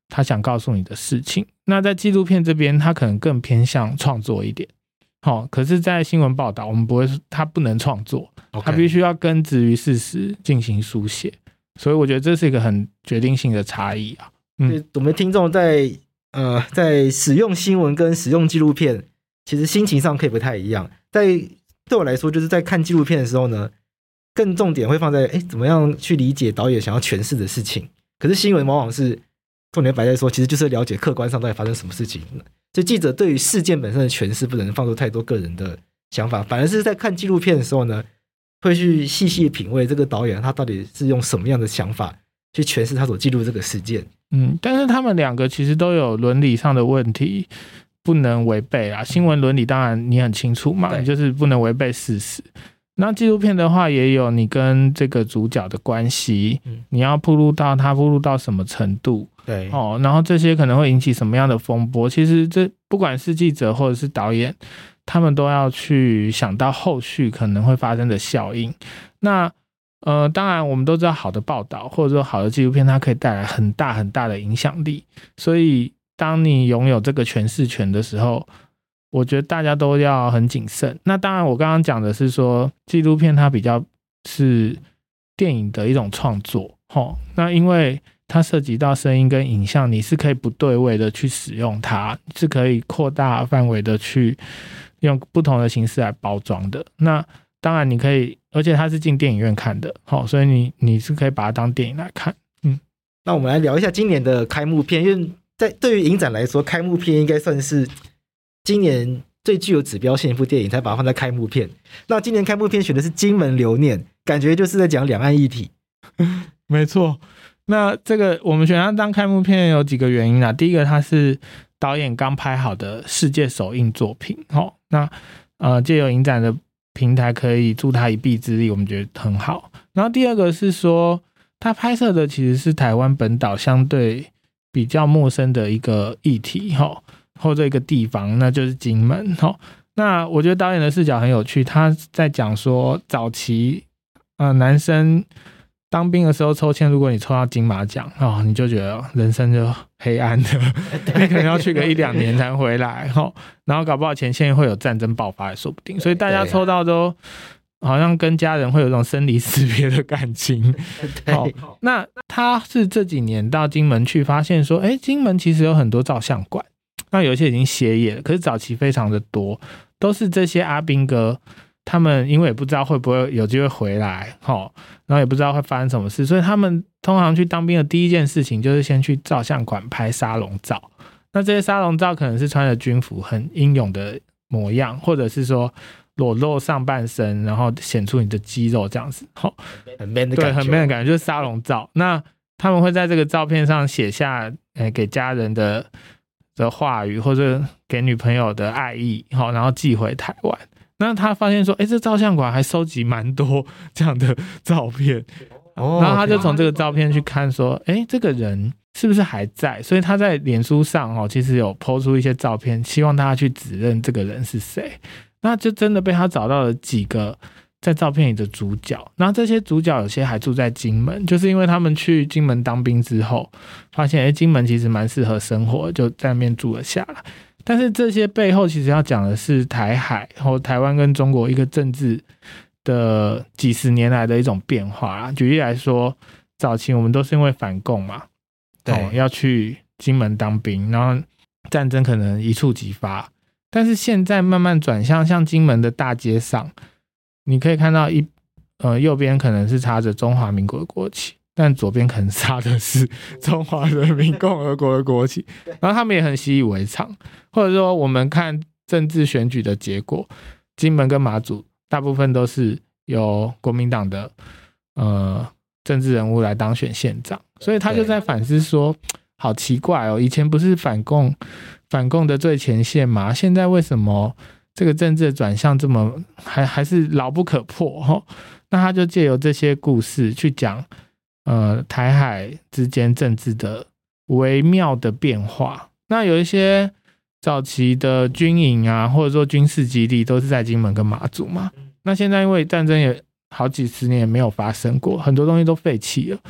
他想告诉你的事情。那在纪录片这边，他可能更偏向创作一点。可是在新闻报道我们不会，他不能创作，他必须要根植于事实进行书写，所以我觉得这是一个很决定性的差异啊。 我们听众在使用新闻跟使用纪录片，其实心情上可以不太一样。对我来说，就是在看纪录片的时候呢，更重点会放在怎么样去理解导演想要诠释的事情。可是新闻往往是重点摆在说，其实就是了解客观上到底发生什么事情。所以记者对于事件本身的诠释不能放出太多个人的想法，反而是在看纪录片的时候呢，会去细细品味这个导演他到底是用什么样的想法去诠释他所记录这个事件。 但是他们两个其实都有伦理上的问题，不能违背啊。新闻伦理当然你很清楚嘛，你就是不能违背事实。那纪录片的话，也有你跟这个主角的关系，你要暴露到什么程度， 对然后这些可能会引起什么样的风波。其实这不管是记者或者是导演，他们都要去想到后续可能会发生的效应。那当然我们都知道好的报道或者说好的纪录片，它可以带来很大很大的影响力。所以当你拥有这个诠释权的时候，我觉得大家都要很谨慎。那当然我刚刚讲的是说纪录片它比较是电影的一种创作，那因为它涉及到声音跟影像，你是可以不对位的去使用它，是可以扩大范围的去用不同的形式来包装的。那当然你可以，而且它是进电影院看的，所以你是可以把它当电影来看。 那我们来聊一下今年的开幕片，因为对于影展来说，开幕片应该算是今年最具有指标性一部电影，才把它放在开幕片。那今年开幕片选的是《金门留念》，感觉就是在讲两岸议题。 没错，那这个我们选它当开幕片有几个原因啊。第一个，它是导演刚拍好的世界首映作品，那藉由影展的平台可以助他一臂之力，我们觉得很好。然后第二个是说，他拍摄的其实是台湾本岛相对比较陌生的一个议题，或者一个地方，那就是金门。那我觉得导演的视角很有趣，他在讲说早期男生当兵的时候抽签，如果你抽到金马奖你就觉得人生就黑暗了，你可能要去个1-2年才回来，然后搞不好前线会有战争爆发也说不定，所以大家抽到都好像跟家人会有一种生离死别的感情。那他是这几年到金门去发现说，金门其实有很多照相馆，那有些已经歇业了，可是早期非常的多，都是这些阿兵哥他们因为也不知道会不会有机会回来，然后也不知道会发生什么事，所以他们通常去当兵的第一件事情就是先去照相馆拍沙龙照。那这些沙龙照可能是穿着军服很英勇的模样，或者是说裸露上半身然后显出你的肌肉这样子， 很 man 的感觉。 对，很 man 的感觉，就是沙龙照。那他们会在这个照片上写下给家人的话语，或者给女朋友的爱意，然后寄回台湾。那他发现说，这照相馆还收集蛮多这样的照片，然后他就从这个照片去看说，这个人是不是还在？所以他在脸书上其实有 po 出一些照片，希望大家去指认这个人是谁。那就真的被他找到了几个在照片里的主角，然后这些主角有些还住在金门，就是因为他们去金门当兵之后，发现金门其实蛮适合生活，就在那边住了下来。但是这些背后其实要讲的是台海或台湾跟中国一个政治的几十年来的一种变化啦。举例来说，早期我们都是因为反共嘛，对，要去金门当兵，然后战争可能一触即发。但是现在慢慢转向，像金门的大街上，你可以看到右边可能是插着中华民国的国旗，但左边可能插的是中华人民共和国的国旗，然后他们也很习以为常。或者说我们看政治选举的结果，金门跟马祖大部分都是由国民党的政治人物来当选县长，所以他就在反思说，好奇怪哦，以前不是反共的最前线嘛，现在为什么这个政治的转向这么还是牢不可破？那他就借由这些故事去讲台海之间政治的微妙的变化。那有一些早期的军营啊，或者说军事基地都是在金门跟马祖嘛，那现在因为战争也好几十年也没有发生过，很多东西都废弃了，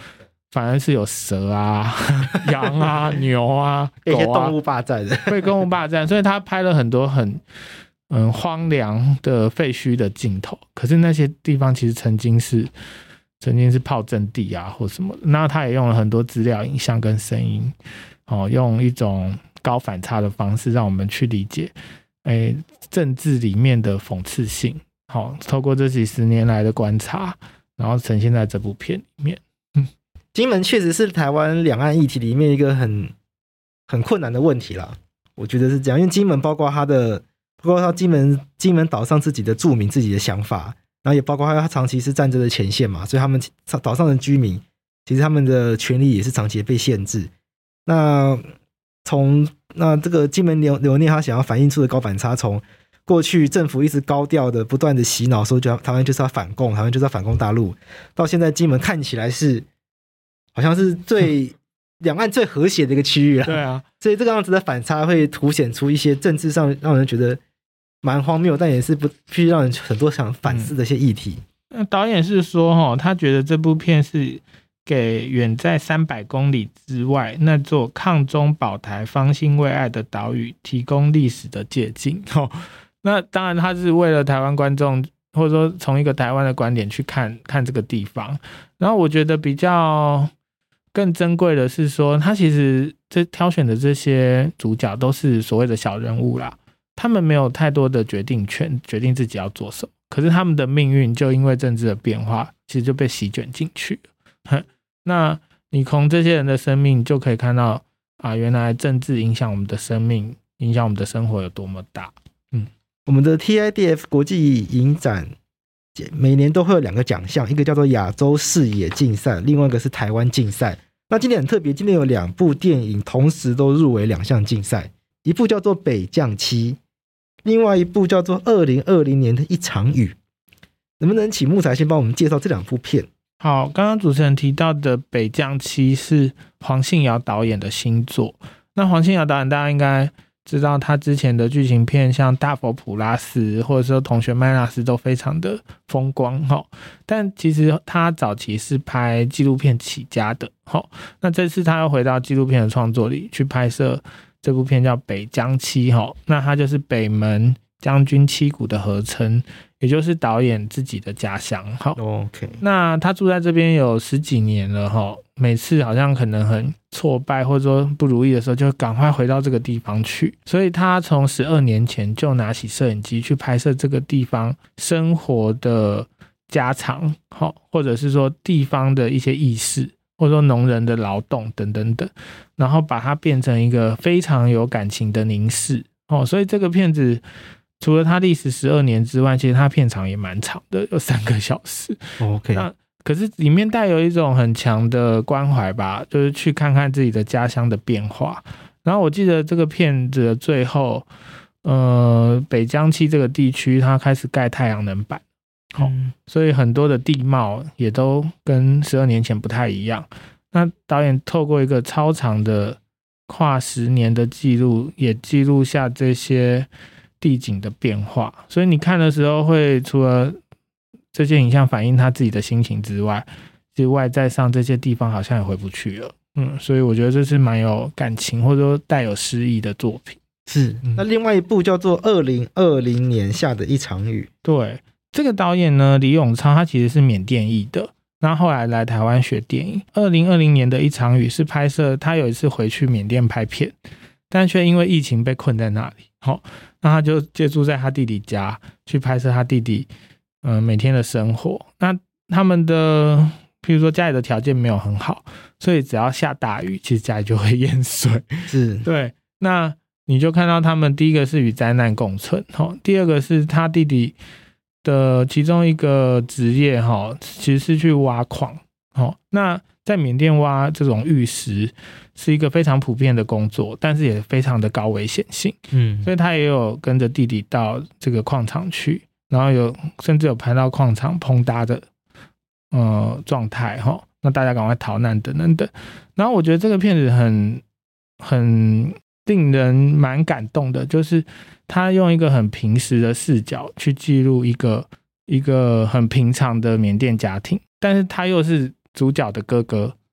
反而是有蛇啊、羊啊、牛啊、狗啊， 一些动物霸占的， 被动物霸占，所以他拍了很多很荒凉的废墟的镜头。可是那些地方其实曾经是炮阵地啊或什么的。那他也用了很多资料、影像跟声音，用一种高反差的方式让我们去理解政治里面的讽刺性。透过这几十年来的观察，然后呈现在这部片里面。 金门确实是台湾两岸议题里面一个很困难的问题啦，我觉得是这样，因为金门包括他金门岛上自己的住民自己的想法，然后也包括他长期是战争的前线嘛，所以他们岛上的居民其实他们的权利也是长期被限制。那这个金门留念他想要反映出的高反差，从过去政府一直高调的不断的洗脑说台湾就是要反共，台湾就是要反攻大陆，到现在金门看起来是好像是两岸最和谐的一个区域啦。 对啊， 所以这个样子的反差会凸显出一些政治上让人觉得蛮荒谬，但也是必须让人很多想反思的一些议题。 导演是说他觉得这部片是给远在300公里之外那座抗中保台方兴未艾的岛屿提供历史的借鉴。那当然他是为了台湾观众，或者说从一个台湾的观点去看这个地方。然后我觉得比较更珍贵的是说，他其实挑选的这些主角都是所谓的小人物啦，他们没有太多的决定权，决定自己要做什么，可是他们的命运就因为政治的变化其实就被席卷进去了。那你从这些人的生命就可以看到原来政治影响我们的生命，影响我们的生活有多么大。 我们的 TIDF 国际影展每年都会有2个奖项，一个叫做亚洲视野竞赛，另外一个是台湾竞赛。那今年很特别，今年有2部电影同时都入围2项竞赛，一部叫做《北将七》，另外一部叫做2020年的一场雨。能不能请木材先帮我们介绍这2部片？ 好，刚刚主持人提到的《北将七》是黄信尧导演的新作。那黄信尧导演大家应该知道，他之前的剧情片像《大佛普拉斯》或者说《同学麦纳斯》都非常的风光，但其实他早期是拍纪录片起家的。那这次他又回到纪录片的创作里去拍摄这部片叫《北将七》，那他就是北门将军七股的合称，也就是导演自己的家乡。 OK， 那他住在这边有10几年了，每次好像可能很挫败或者说不如意的时候，就赶快回到这个地方去。所以他从12年前就拿起摄影机去拍摄这个地方生活的家常，或者是说地方的一些意识，或者说农人的劳动等等等，然后把它变成一个非常有感情的凝视。所以这个片子除了它历时12年之外，其实它片长也蛮长的，有3个小时。 OK， 那可是里面带有一种很强的关怀吧，就是去看看自己的家乡的变化。然后我记得这个片子的最后，北将七这个地区它开始盖太阳能板，所以很多的地貌也都跟12年前不太一样。那导演透过一个超长的跨10年的记录，也记录下这些地景的变化，所以你看的时候会除了这些影像反映他自己的心情之外，其实外在上这些地方好像也回不去了。所以我觉得这是蛮有感情或者说带有诗意的作品。 是，那另外一部叫做2020年下的一场雨。 对，这个导演呢，李永昌，他其实是缅甸裔的，那后来来台湾学电影。2020年的一场雨是拍摄他有一次回去缅甸拍片，但却因为疫情被困在那里。那他就借住在他弟弟家去拍摄他弟弟每天的生活。那他们的譬如说家里的条件没有很好，所以只要下大雨其实家里就会淹水。 是， 对，那你就看到他们第一个是与灾难共存，第二个是他弟弟的其中一个职业其实是去挖矿。那在缅甸挖这种玉石是一个非常普遍的工作，但是也非常的高危险性。所以他也有跟着弟弟到这个矿场去，然后甚至有拍到矿场崩塌的状态，那大家赶快逃难等等等。然后我觉得这个片子很令人蛮感动的，就是他用一个很平时的视角去记录一个很平常的缅甸家庭，但是他又是主角的哥哥，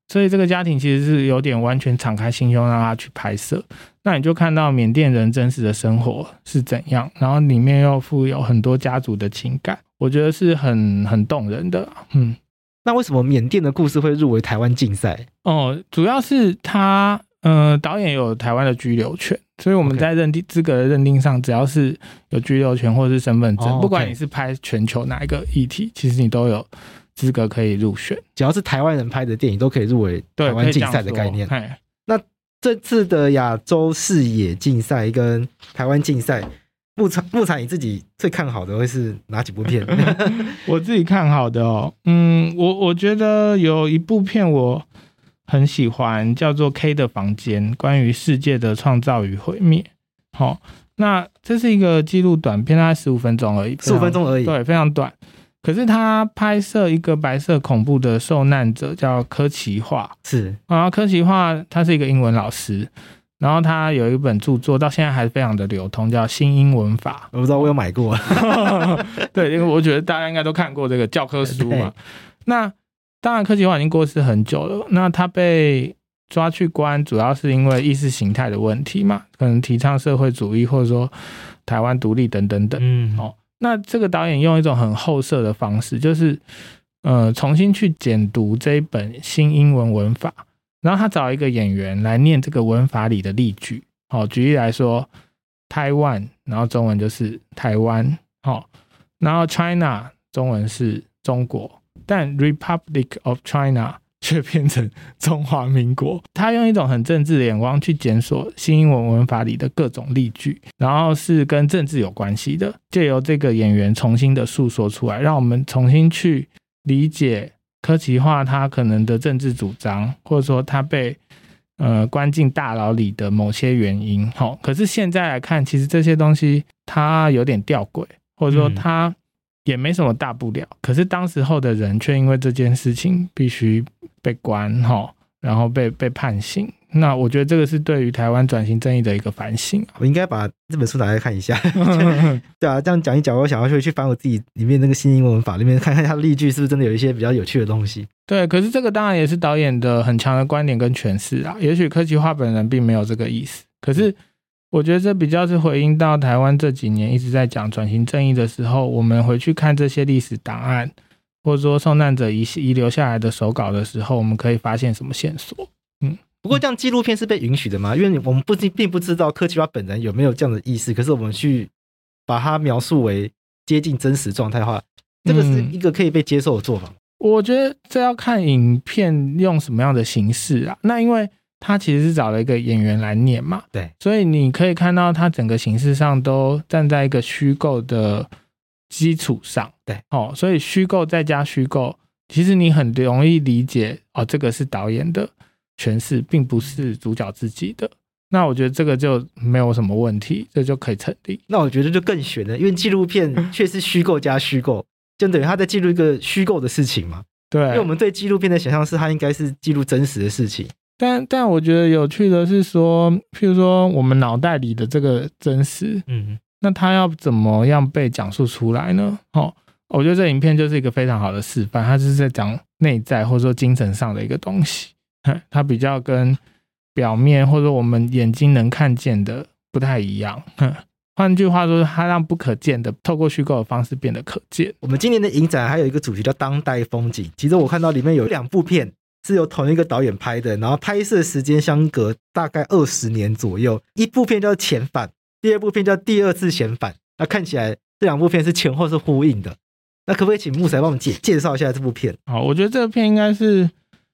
所以这个家庭其实是有点完全敞开心胸让他去拍摄，那你就看到缅甸人真实的生活是怎样，然后里面又附有很多家族的情感，我觉得是很动人的。 那为什么缅甸的故事会入围台湾竞赛？ 主要是他导演有台湾的居留权，所以我们在资格的认定上，只要是有居留权或是身份证，不管你是拍全球哪一个议题，其实你都有资格可以入选， 只要是台湾人拍的电影都可以入围台湾竞赛的概念。那这次的亚洲视野竞赛跟台湾竞赛，木材你自己最看好的会是哪几部片？ 我自己看好的我觉得有一部片我很喜欢，叫做 K 的房间，关于世界的创造与毁灭。那这是一个纪录短片，大概15分钟而已 ，15分钟而已， 对，非常短。可是他拍摄一个白色恐怖的受难者，叫柯奇化， 是啊，柯奇化他是一个英文老师，然后他有一本著作到现在还非常的流通，叫《新英文法》。 我不知道，我有买过。 对，因为我觉得大家应该都看过这个教科书嘛。那当然，柯奇化已经过世很久了。那他被抓去关，主要是因为意识形态的问题嘛，可能提倡社会主义，或者说台湾独立等等等。那这个导演用一种很后设的方式，就是重新去检读这一本新英文文法，然后他找一个演员来念这个文法里的例句。举例来说，台湾，然后中文就是台湾，然后 China 中文是中国，但 Republic of China 却变成中华民国。他用一种很政治的眼光去检索新英文文法里的各种例句，然后是跟政治有关系的，藉由这个演员重新的诉说出来，让我们重新去理解柯奇化他可能的政治主张，或者说他被关进大牢里的某些原因。可是现在来看，其实这些东西他有点吊诡，或者说他也没什么大不了，可是当时候的人却因为这件事情必须被关，然后被判刑。那我觉得这个是对于台湾转型正义的一个反省。 我应该把这本书拿来看一下。对啊，这样讲一讲，我想要去翻我自己里面那个新英文法里面看看它的例句是不是真的有一些比较有趣的东西。 对，可是这个当然也是导演的很强的观点跟诠释啊。也许柯奇化本人并没有这个意思，可是我觉得这比较是回应到台湾这几年一直在讲转型正义的时候，我们回去看这些历史档案，或者说受难者遗留下来的手稿的时候，我们可以发现什么线索。 不过这样纪录片是被允许的吗？因为我们并不知道柯奇化本人有没有这样的意思，可是我们去把它描述为接近真实状态的话，这个是一个可以被接受的做法。 我觉得这要看影片用什么样的形式啊。那因为他其实是找了一个演员来念嘛， 对， 所以你可以看到他整个形式上都站在一个虚构的基础上， 对， 所以虚构再加虚构，其实你很容易理解这个是导演的诠释，并不是主角自己的。那我觉得这个就没有什么问题，这就可以成立。 那我觉得就更悬了，因为纪录片却是虚构加虚构，就等于他在记录一个虚构的事情嘛。 对， 因为我们对纪录片的想象是它应该是记录真实的事情。 但我觉得有趣的是说，譬如说我们脑袋里的这个真实，那它要怎么样被讲述出来呢？我觉得这影片就是一个非常好的示范，它就是在讲内在或者说精神上的一个东西，它比较跟表面或者我们眼睛能看见的不太一样。换句话说，它让不可见的透过虚构的方式变得可见。 我们今年的影展还有一个主题叫当代风景，其实我看到里面有2部片是由同一个导演拍的，然后拍摄时间相隔大概20年左右。一部片叫遣返，第二部片叫第二次遣返。那看起来这2部片是前后是呼应的。那可不可以请木材帮我们介绍一下这部片？ 好，我觉得这个片应该是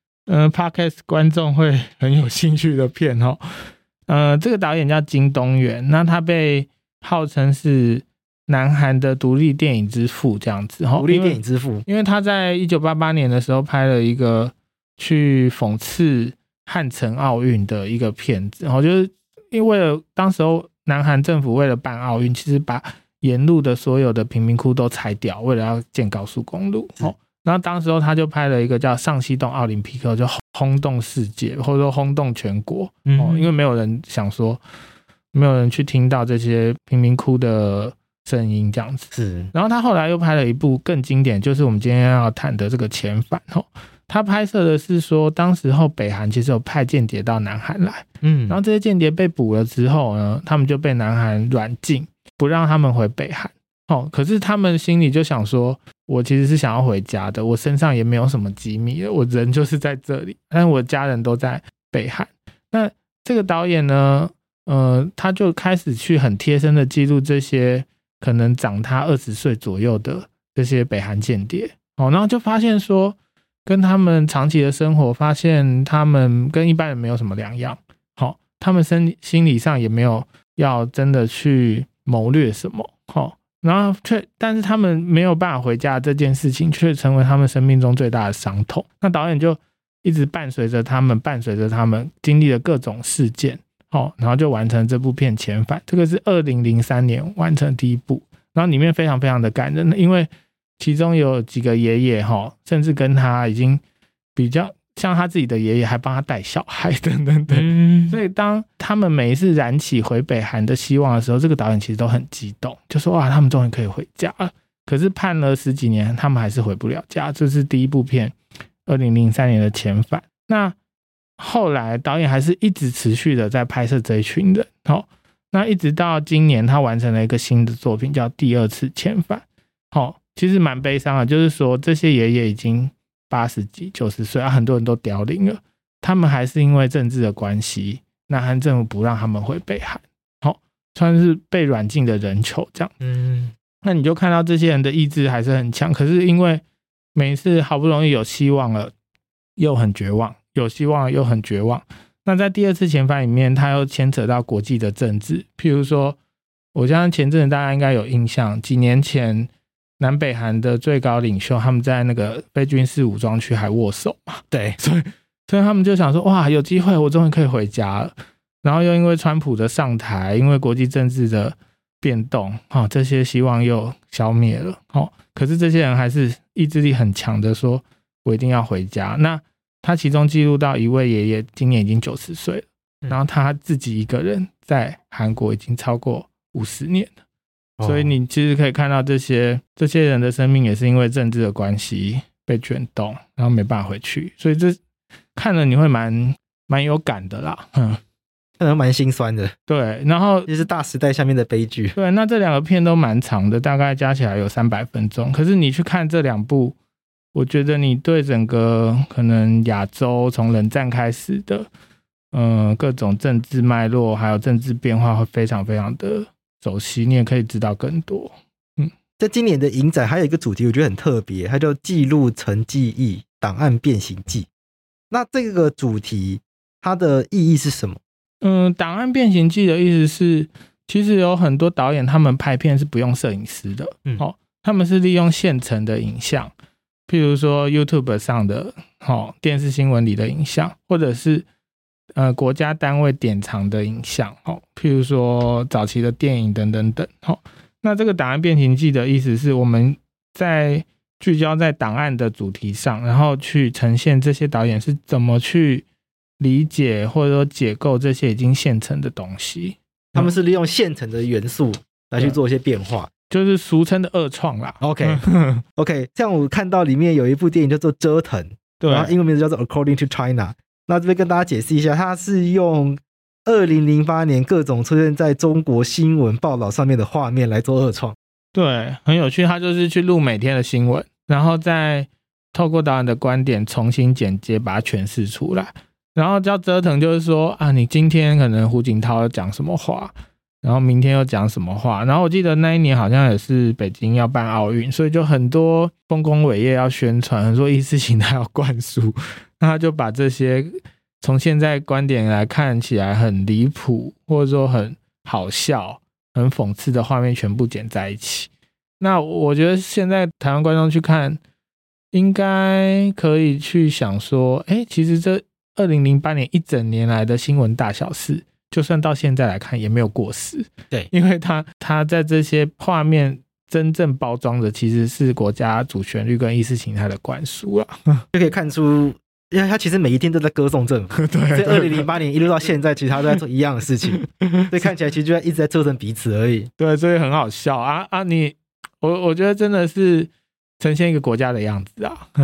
Podcast 观众会很有兴趣的片。这个导演叫金东元，那他被号称是南韩的独立电影之父这样子。 独立电影之父， 因为他在1988年的时候拍了一个去讽刺汉城奥运的一个片子，就是因为当时候南韩政府为了办奥运，其实把沿路的所有的贫民窟都拆掉，为了要建高速公路。然后当时候他就拍了一个叫上西洞奥林匹克，就轰动世界或者说轰动全国。因为没有人想说，没有人去听到这些贫民窟的声音这样子。 是。 然后他后来又拍了一部更经典，就是我们今天要谈的这个遣返。 他拍摄的是说，当时候北韩其实有派间谍到南韩来，然后这些间谍被捕了之后呢，他们就被南韩软禁，不让他们回北韩。可是他们心里就想说，我其实是想要回家的，我身上也没有什么机密了，我人就是在这里，但是我家人都在北韩。那这个导演呢，他就开始去很贴身的记录这些可能长他20岁左右的这些北韩间谍，然后就发现说，跟他们长期的生活，发现他们跟一般人没有什么两样，他们心理上也没有要真的去谋略什么，然后但是他们没有办法回家这件事情，却成为他们生命中最大的伤痛。那导演就一直伴随着他们经历了各种事件，然后就完成这部片《遣返》。这个是2003年完成第一部，然后里面非常非常的感人，因为其中有几个爷爷甚至跟他已经比较像他自己的爷爷，还帮他带小孩等等等。所以当他们每一次燃起回北韩的希望的时候，这个导演其实都很激动，就说哇，他们终于可以回家了。可是判了10几年，他们还是回不了家。这是第一部片2003年的《遣返》。那后来导演还是一直持续的在拍摄这一群人，那一直到今年他完成了一个新的作品叫《第二次遣返》。其实蛮悲伤的，就是说这些爷爷已经80几90岁，很多人都凋零了，他们还是因为政治的关系，南韩政府不让他们回北韩，算是被软禁的人球这样。那你就看到这些人的意志还是很强，可是因为每一次好不容易有希望了，又很绝望，有希望了又很绝望。那在第二次遣返里面，他又牵扯到国际的政治，譬如说，我相信前阵子大家应该有印象，几年前南北韩的最高领袖他们在那个非军事武装区还握手嘛， 对， 所以他们就想说，哇，有機會我终于可以回家了。然後又因為川普的上台，因為國際政治的變動，這些希望又消滅了。可是這些人還是意志力很強的說，我一定要回家。那他其中記錄到一位爺爺今年已經90歲了，然後他自己一個人在韓國已經超過50年了。所以你其實可以看到這些人的生命也是因為政治的關係被捲動，然後沒辦法回去。所以這看了你會蠻有感的啦， 看得蠻心酸的。 對，然後也是大時代下面的悲劇。 對，那這兩個片都蠻長的，大概加起來有300分鐘。可是你去看這兩部，我覺得你對整個可能亞洲從冷戰開始的各種政治脈絡還有政治變化會非常非常的熟悉，你也可以知道更多。 在今年的影展還有一個主題我覺得很特別，它叫記錄曾記憶檔案變形記。那這個主題它的意義是什麼？ 檔案變形記的意思是，其實有很多導演他們拍片是不用攝影師的，他們是利用現成的影像，譬如說 YouTube 上的電視新聞裡的影像，或者是國家單位典藏的影像，譬如說早期的電影等等等。那這個檔案變形記的意思是我們在聚焦在檔案的主題上，然後去呈現這些導演是怎麼去理解或者說解構這些已經現成的東西。 他們是利用現成的元素來去做一些變化， 就是俗稱的二創啦。 OK， 像我看到裡面有一部電影叫做《折騰》， 對， 然後英文名字叫做 According to China。那這邊跟大家解釋一下，它是用2008年各種出現在中國新聞報道上面的畫面來做二創。 對，很有趣，他就是去錄每天的新聞，然後再透過導演的觀點重新剪接把它詮釋出來。然後叫折騰就是說啊，你今天可能胡錦濤要講什麼話，然後明天又講什麼話。然後我記得那一年好像也是北京要辦奧運，所以就很多豐功偉業要宣傳，很多意識形態要灌輸。那他就把這些從現在觀點來看起來很離譜，或者說很好笑、很諷刺的畫面全部剪在一起。那我覺得現在台灣觀眾去看，應該可以去想說，其實這2008年一整年來的新聞大小事，就算到現在來看也沒有過時。 對， 因為他在這些畫面真正包裝的其實是國家主旋律跟意識形態的灌輸啦， 就可以看出因為他其實每一天都在歌頌政府。對，所以2008年一路到現在其實他都在做一樣的事情。所以看起來其實就一直在折騰彼此而已。 對，所以很好笑啊！我覺得真的是呈現一個國家的樣子啊。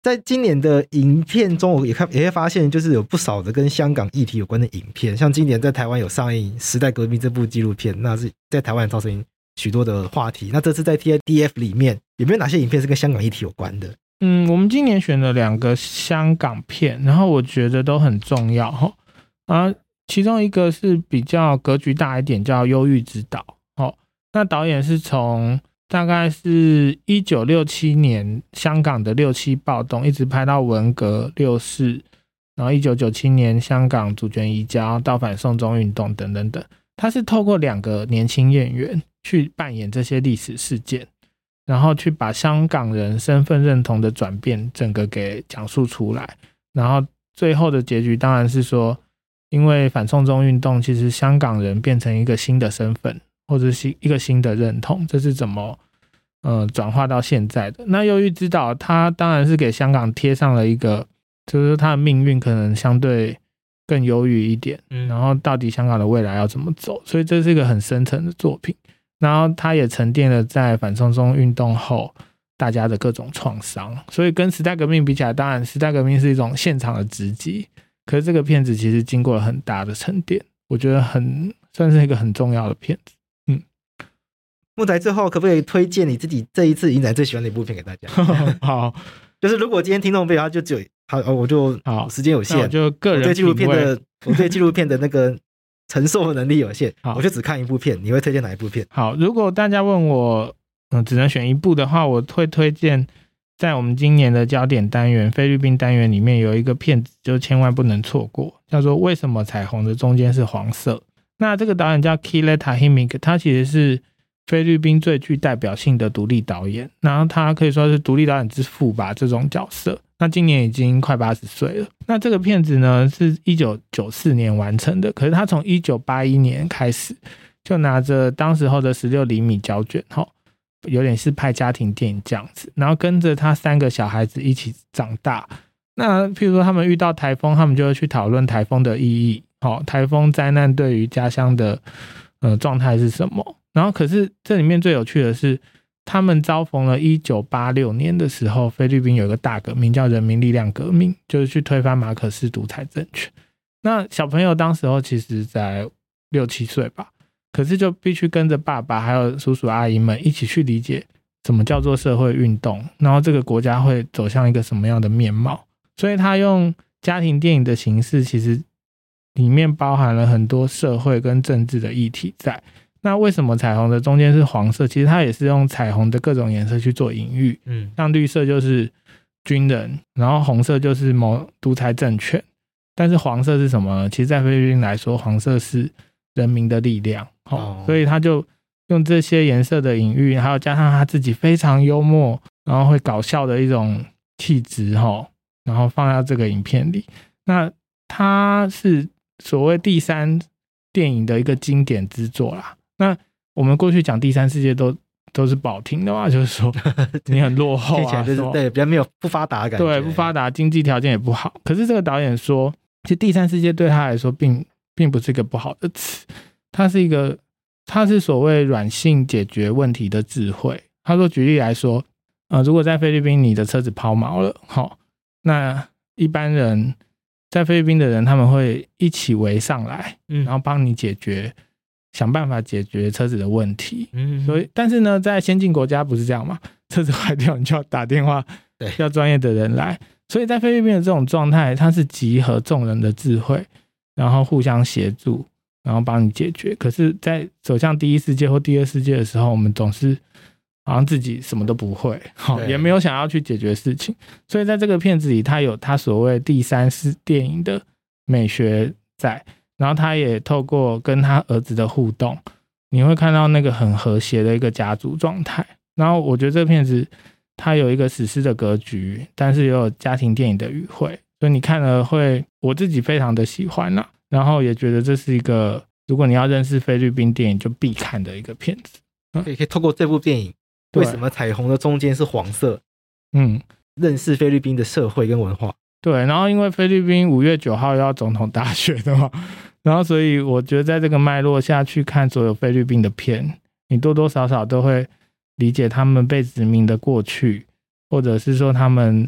在今年的影片中，我也会发现，就是有不少的跟香港议题有关的影片，像今年在台湾有上映《时代革命》这部纪录片，那是在台湾造成许多的话题。那这次在 TIDF 里面有没有哪些影片是跟香港议题有关的？ 我们今年选了2个香港片，然后我觉得都很重要其中一个是比较格局大一点，叫《忧郁之岛》那导演是从大概是1967年香港的6·7暴动，一直拍到文革六四，然后1997年香港主权移交到反送中运动等等等。他是透过2个年轻演员去扮演这些历史事件，然后去把香港人身份认同的转变整个给讲述出来。然后最后的结局当然是说，因为反送中运动，其实香港人变成一个新的身份，或者是一个新的认同，这是怎么转化到现在的。那忧郁之岛它当然是给香港贴上了一个，就是它的命运可能相对更忧郁一点，然后到底香港的未来要怎么走，所以这是一个很深层的作品。然后它也沉淀了在反送中运动后大家的各种创伤，所以跟时代革命比起来，当然时代革命是一种现场的直击，可是这个片子其实经过了很大的沉淀，我觉得算是一个很重要的片子。 木材最后可不可以推荐你自己这一次影展最喜欢的一部片给大家？ 好， 就是如果今天听众朋友他就只有我就时间有限， 我就个人我对纪录片的那个承受能力有限，我就只看一部片，你会推荐哪一部片？ 好，如果大家问我只能选一部的话，我会推荐在我们今年的焦点单元菲律宾单元里面有一个片子，就千万不能错过，叫做《为什么彩虹的中间是黄色》。那这个导演叫 Kile Tahimik， 他其实是菲律宾最具代表性的独立导演，然后他可以说是独立导演之父吧，这种角色。那今年已经快80岁了。那这个片子呢是1994年完成的，可是他从1981年开始就拿着当时候的16厘米胶卷，有点是拍家庭电影这样子，然后跟着他3个小孩子一起长大。那譬如说他们遇到台风，他们就会去讨论台风的意义，台风灾难对于家乡的状态是什么。然后可是这里面最有趣的是，他们遭逢了1986年的时候，菲律宾有一个大革命叫人民力量革命，就是去推翻马可斯独裁政权。那小朋友当时候其实才6、7岁吧，可是就必须跟着爸爸还有叔叔阿姨们一起去理解什么叫做社会运动，然后这个国家会走向一个什么样的面貌。所以他用家庭电影的形式，其实里面包含了很多社会跟政治的议题在。那为什么彩虹的中间是黄色？其实它也是用彩虹的各种颜色去做隐喻，像绿色就是军人，然后红色就是某独裁政权，但是黄色是什么呢？其实在菲律宾来说，黄色是人民的力量，所以他就用这些颜色的隐喻，还有加上他自己非常幽默然后会搞笑的一种气质，然后放到这个影片里。那它是所谓第3电影的一个经典之作啦。那我们过去讲第3世界都是不好听的嘛，就是说你很落后啊， 对，比较没有不发达的感觉， 对，不发达，经济条件也不好。可是这个导演说，其实第3世界对他来说并不是一个不好的词，它是所谓软性解决问题的智慧。他说，举例来说，如果在菲律宾你的车子抛锚了，那一般人在菲律宾的人他们会一起围上来，然后帮你想办法解决车子的问题。所以但是呢，在先进国家不是这样嘛，车子坏掉你就要打电话要专业的人来。所以在菲律宾的这种状态，它是集合众人的智慧，然后互相协助，然后帮你解决。可是在走向第1世界或第2世界的时候，我们总是好像自己什么都不会，也没有想要去解决事情。所以在这个片子里，它有它所谓第3世电影的美学在，然后他也透过跟他儿子的互动，你会看到那个很和谐的一个家族状态。然后我觉得这个片子它有一个史诗的格局，但是也有家庭电影的语汇，所以你看了我自己非常的喜欢啦，然后也觉得这是一个如果你要认识菲律宾电影就必看的一个片子。 可以透过这部电影为什么彩虹的中间是黄色，认识菲律宾的社会跟文化。 对，然后因为菲律宾5月9号要总统大选的嘛，然后所以我觉得在这个脉络下去看所有菲律宾的片，你多多少少都会理解他们被殖民的过去，或者是说他们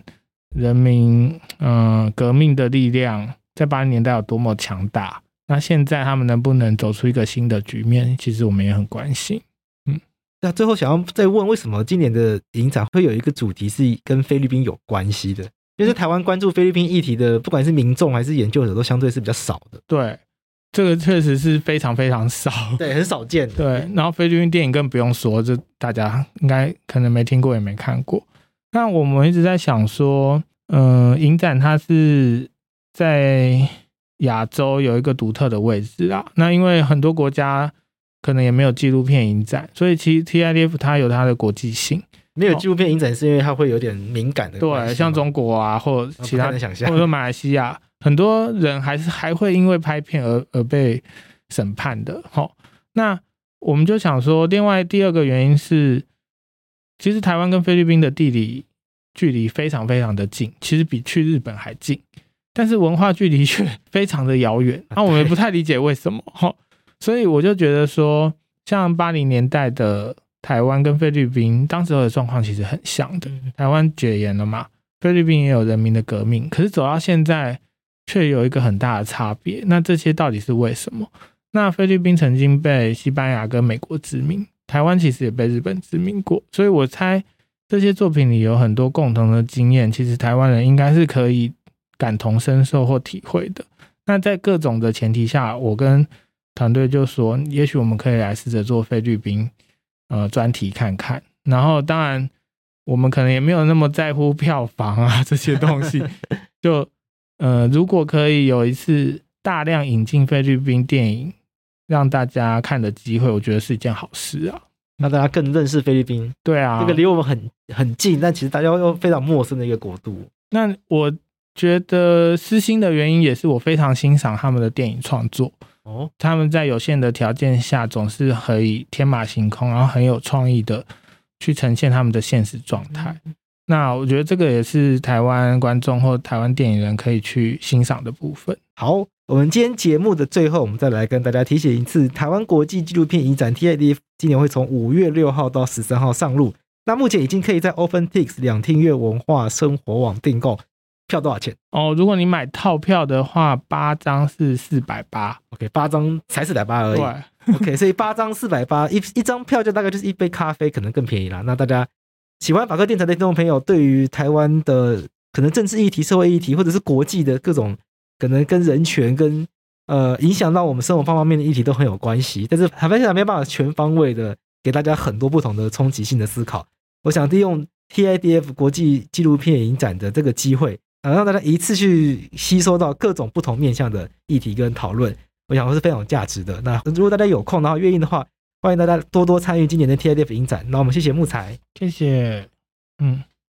人民革命的力量在80年代有多么强大，那现在他们能不能走出一个新的局面，其实我们也很关心。 那最后想要再问，为什么今年的影展会有一个主题是跟菲律宾有关系的？因为台湾关注菲律宾议题的，不管是民众还是研究者，都相对是比较少的。 对，这个确实是非常非常少， 对，很少见的。 对，然后菲律宾电影更不用说，这大家应该可能没听过也没看过。那我们一直在想说，影展它是在亚洲有一个独特的位置啊。那因为很多国家可能也没有纪录片影展，所以其实 TIDF 它有它的国际性。 没有纪录片影展是因为它会有点敏感的关系， 对，像中国啊，或者其他，或者说马来西亚，很多人还会因为拍片而被审判的。那我们就想说，另外第二个原因是，其实台湾跟菲律宾的地理距离非常非常的近，其实比去日本还近，但是文化距离却非常的遥远。那我们也不太理解为什么。所以我就觉得说，像80年代的台湾跟菲律宾当时候的状况其实很像的，台湾解严了嘛，菲律宾也有人民的革命，可是走到现在却有一个很大的差别。那这些到底是为什么？那菲律宾曾经被西班牙跟美国殖民，台湾其实也被日本殖民过，所以我猜这些作品里有很多共同的经验，其实台湾人应该是可以感同身受或体会的。那在各种的前提下，我跟团队就说，也许我们可以来试着做菲律宾专题看看。然后当然我们可能也没有那么在乎票房啊这些东西就如果可以有一次大量引进菲律宾电影让大家看的机会，我觉得是一件好事啊， 让大家更认识菲律宾。 对啊， 这个离我们很近，但其实大家又非常陌生的一个国度。 那我觉得私心的原因也是我非常欣赏他们的电影创作。他们在有限的条件下总是可以天马行空，然后很有创意的去呈现他们的现实状态。那我觉得这个也是台湾观众或台湾电影人可以去欣赏的部分。 好，我们今天节目的最后，我们再来跟大家提醒一次，台湾国际纪录片影展 TIDF 今年会从5月6号到13号上路。那目前已经可以在 OpenTix 两厅院文化生活网订购。票多少钱？ 如果你买套票的话，8张是480。 OK， 8张才480而已。对，OK， 所以8张480，一张票就大概就是一杯咖啡，可能更便宜啦。那大家喜欢法客电台的听众朋友，对于台湾的可能政治议题、社会议题，或者是国际的各种可能跟人权跟影响到我们生活方方面的议题都很有关系。但是台湾现在没有办法全方位的给大家很多不同的冲击性的思考。我想利用 TIDF 国际纪录片影展的这个机会。让大家一次去吸收到各种不同面向的议题跟讨论，我想是非常有价值的。那如果大家有空然后愿意的话，欢迎大家多多参与今年的 TIDF 影展。那我们谢谢木材， 谢谢。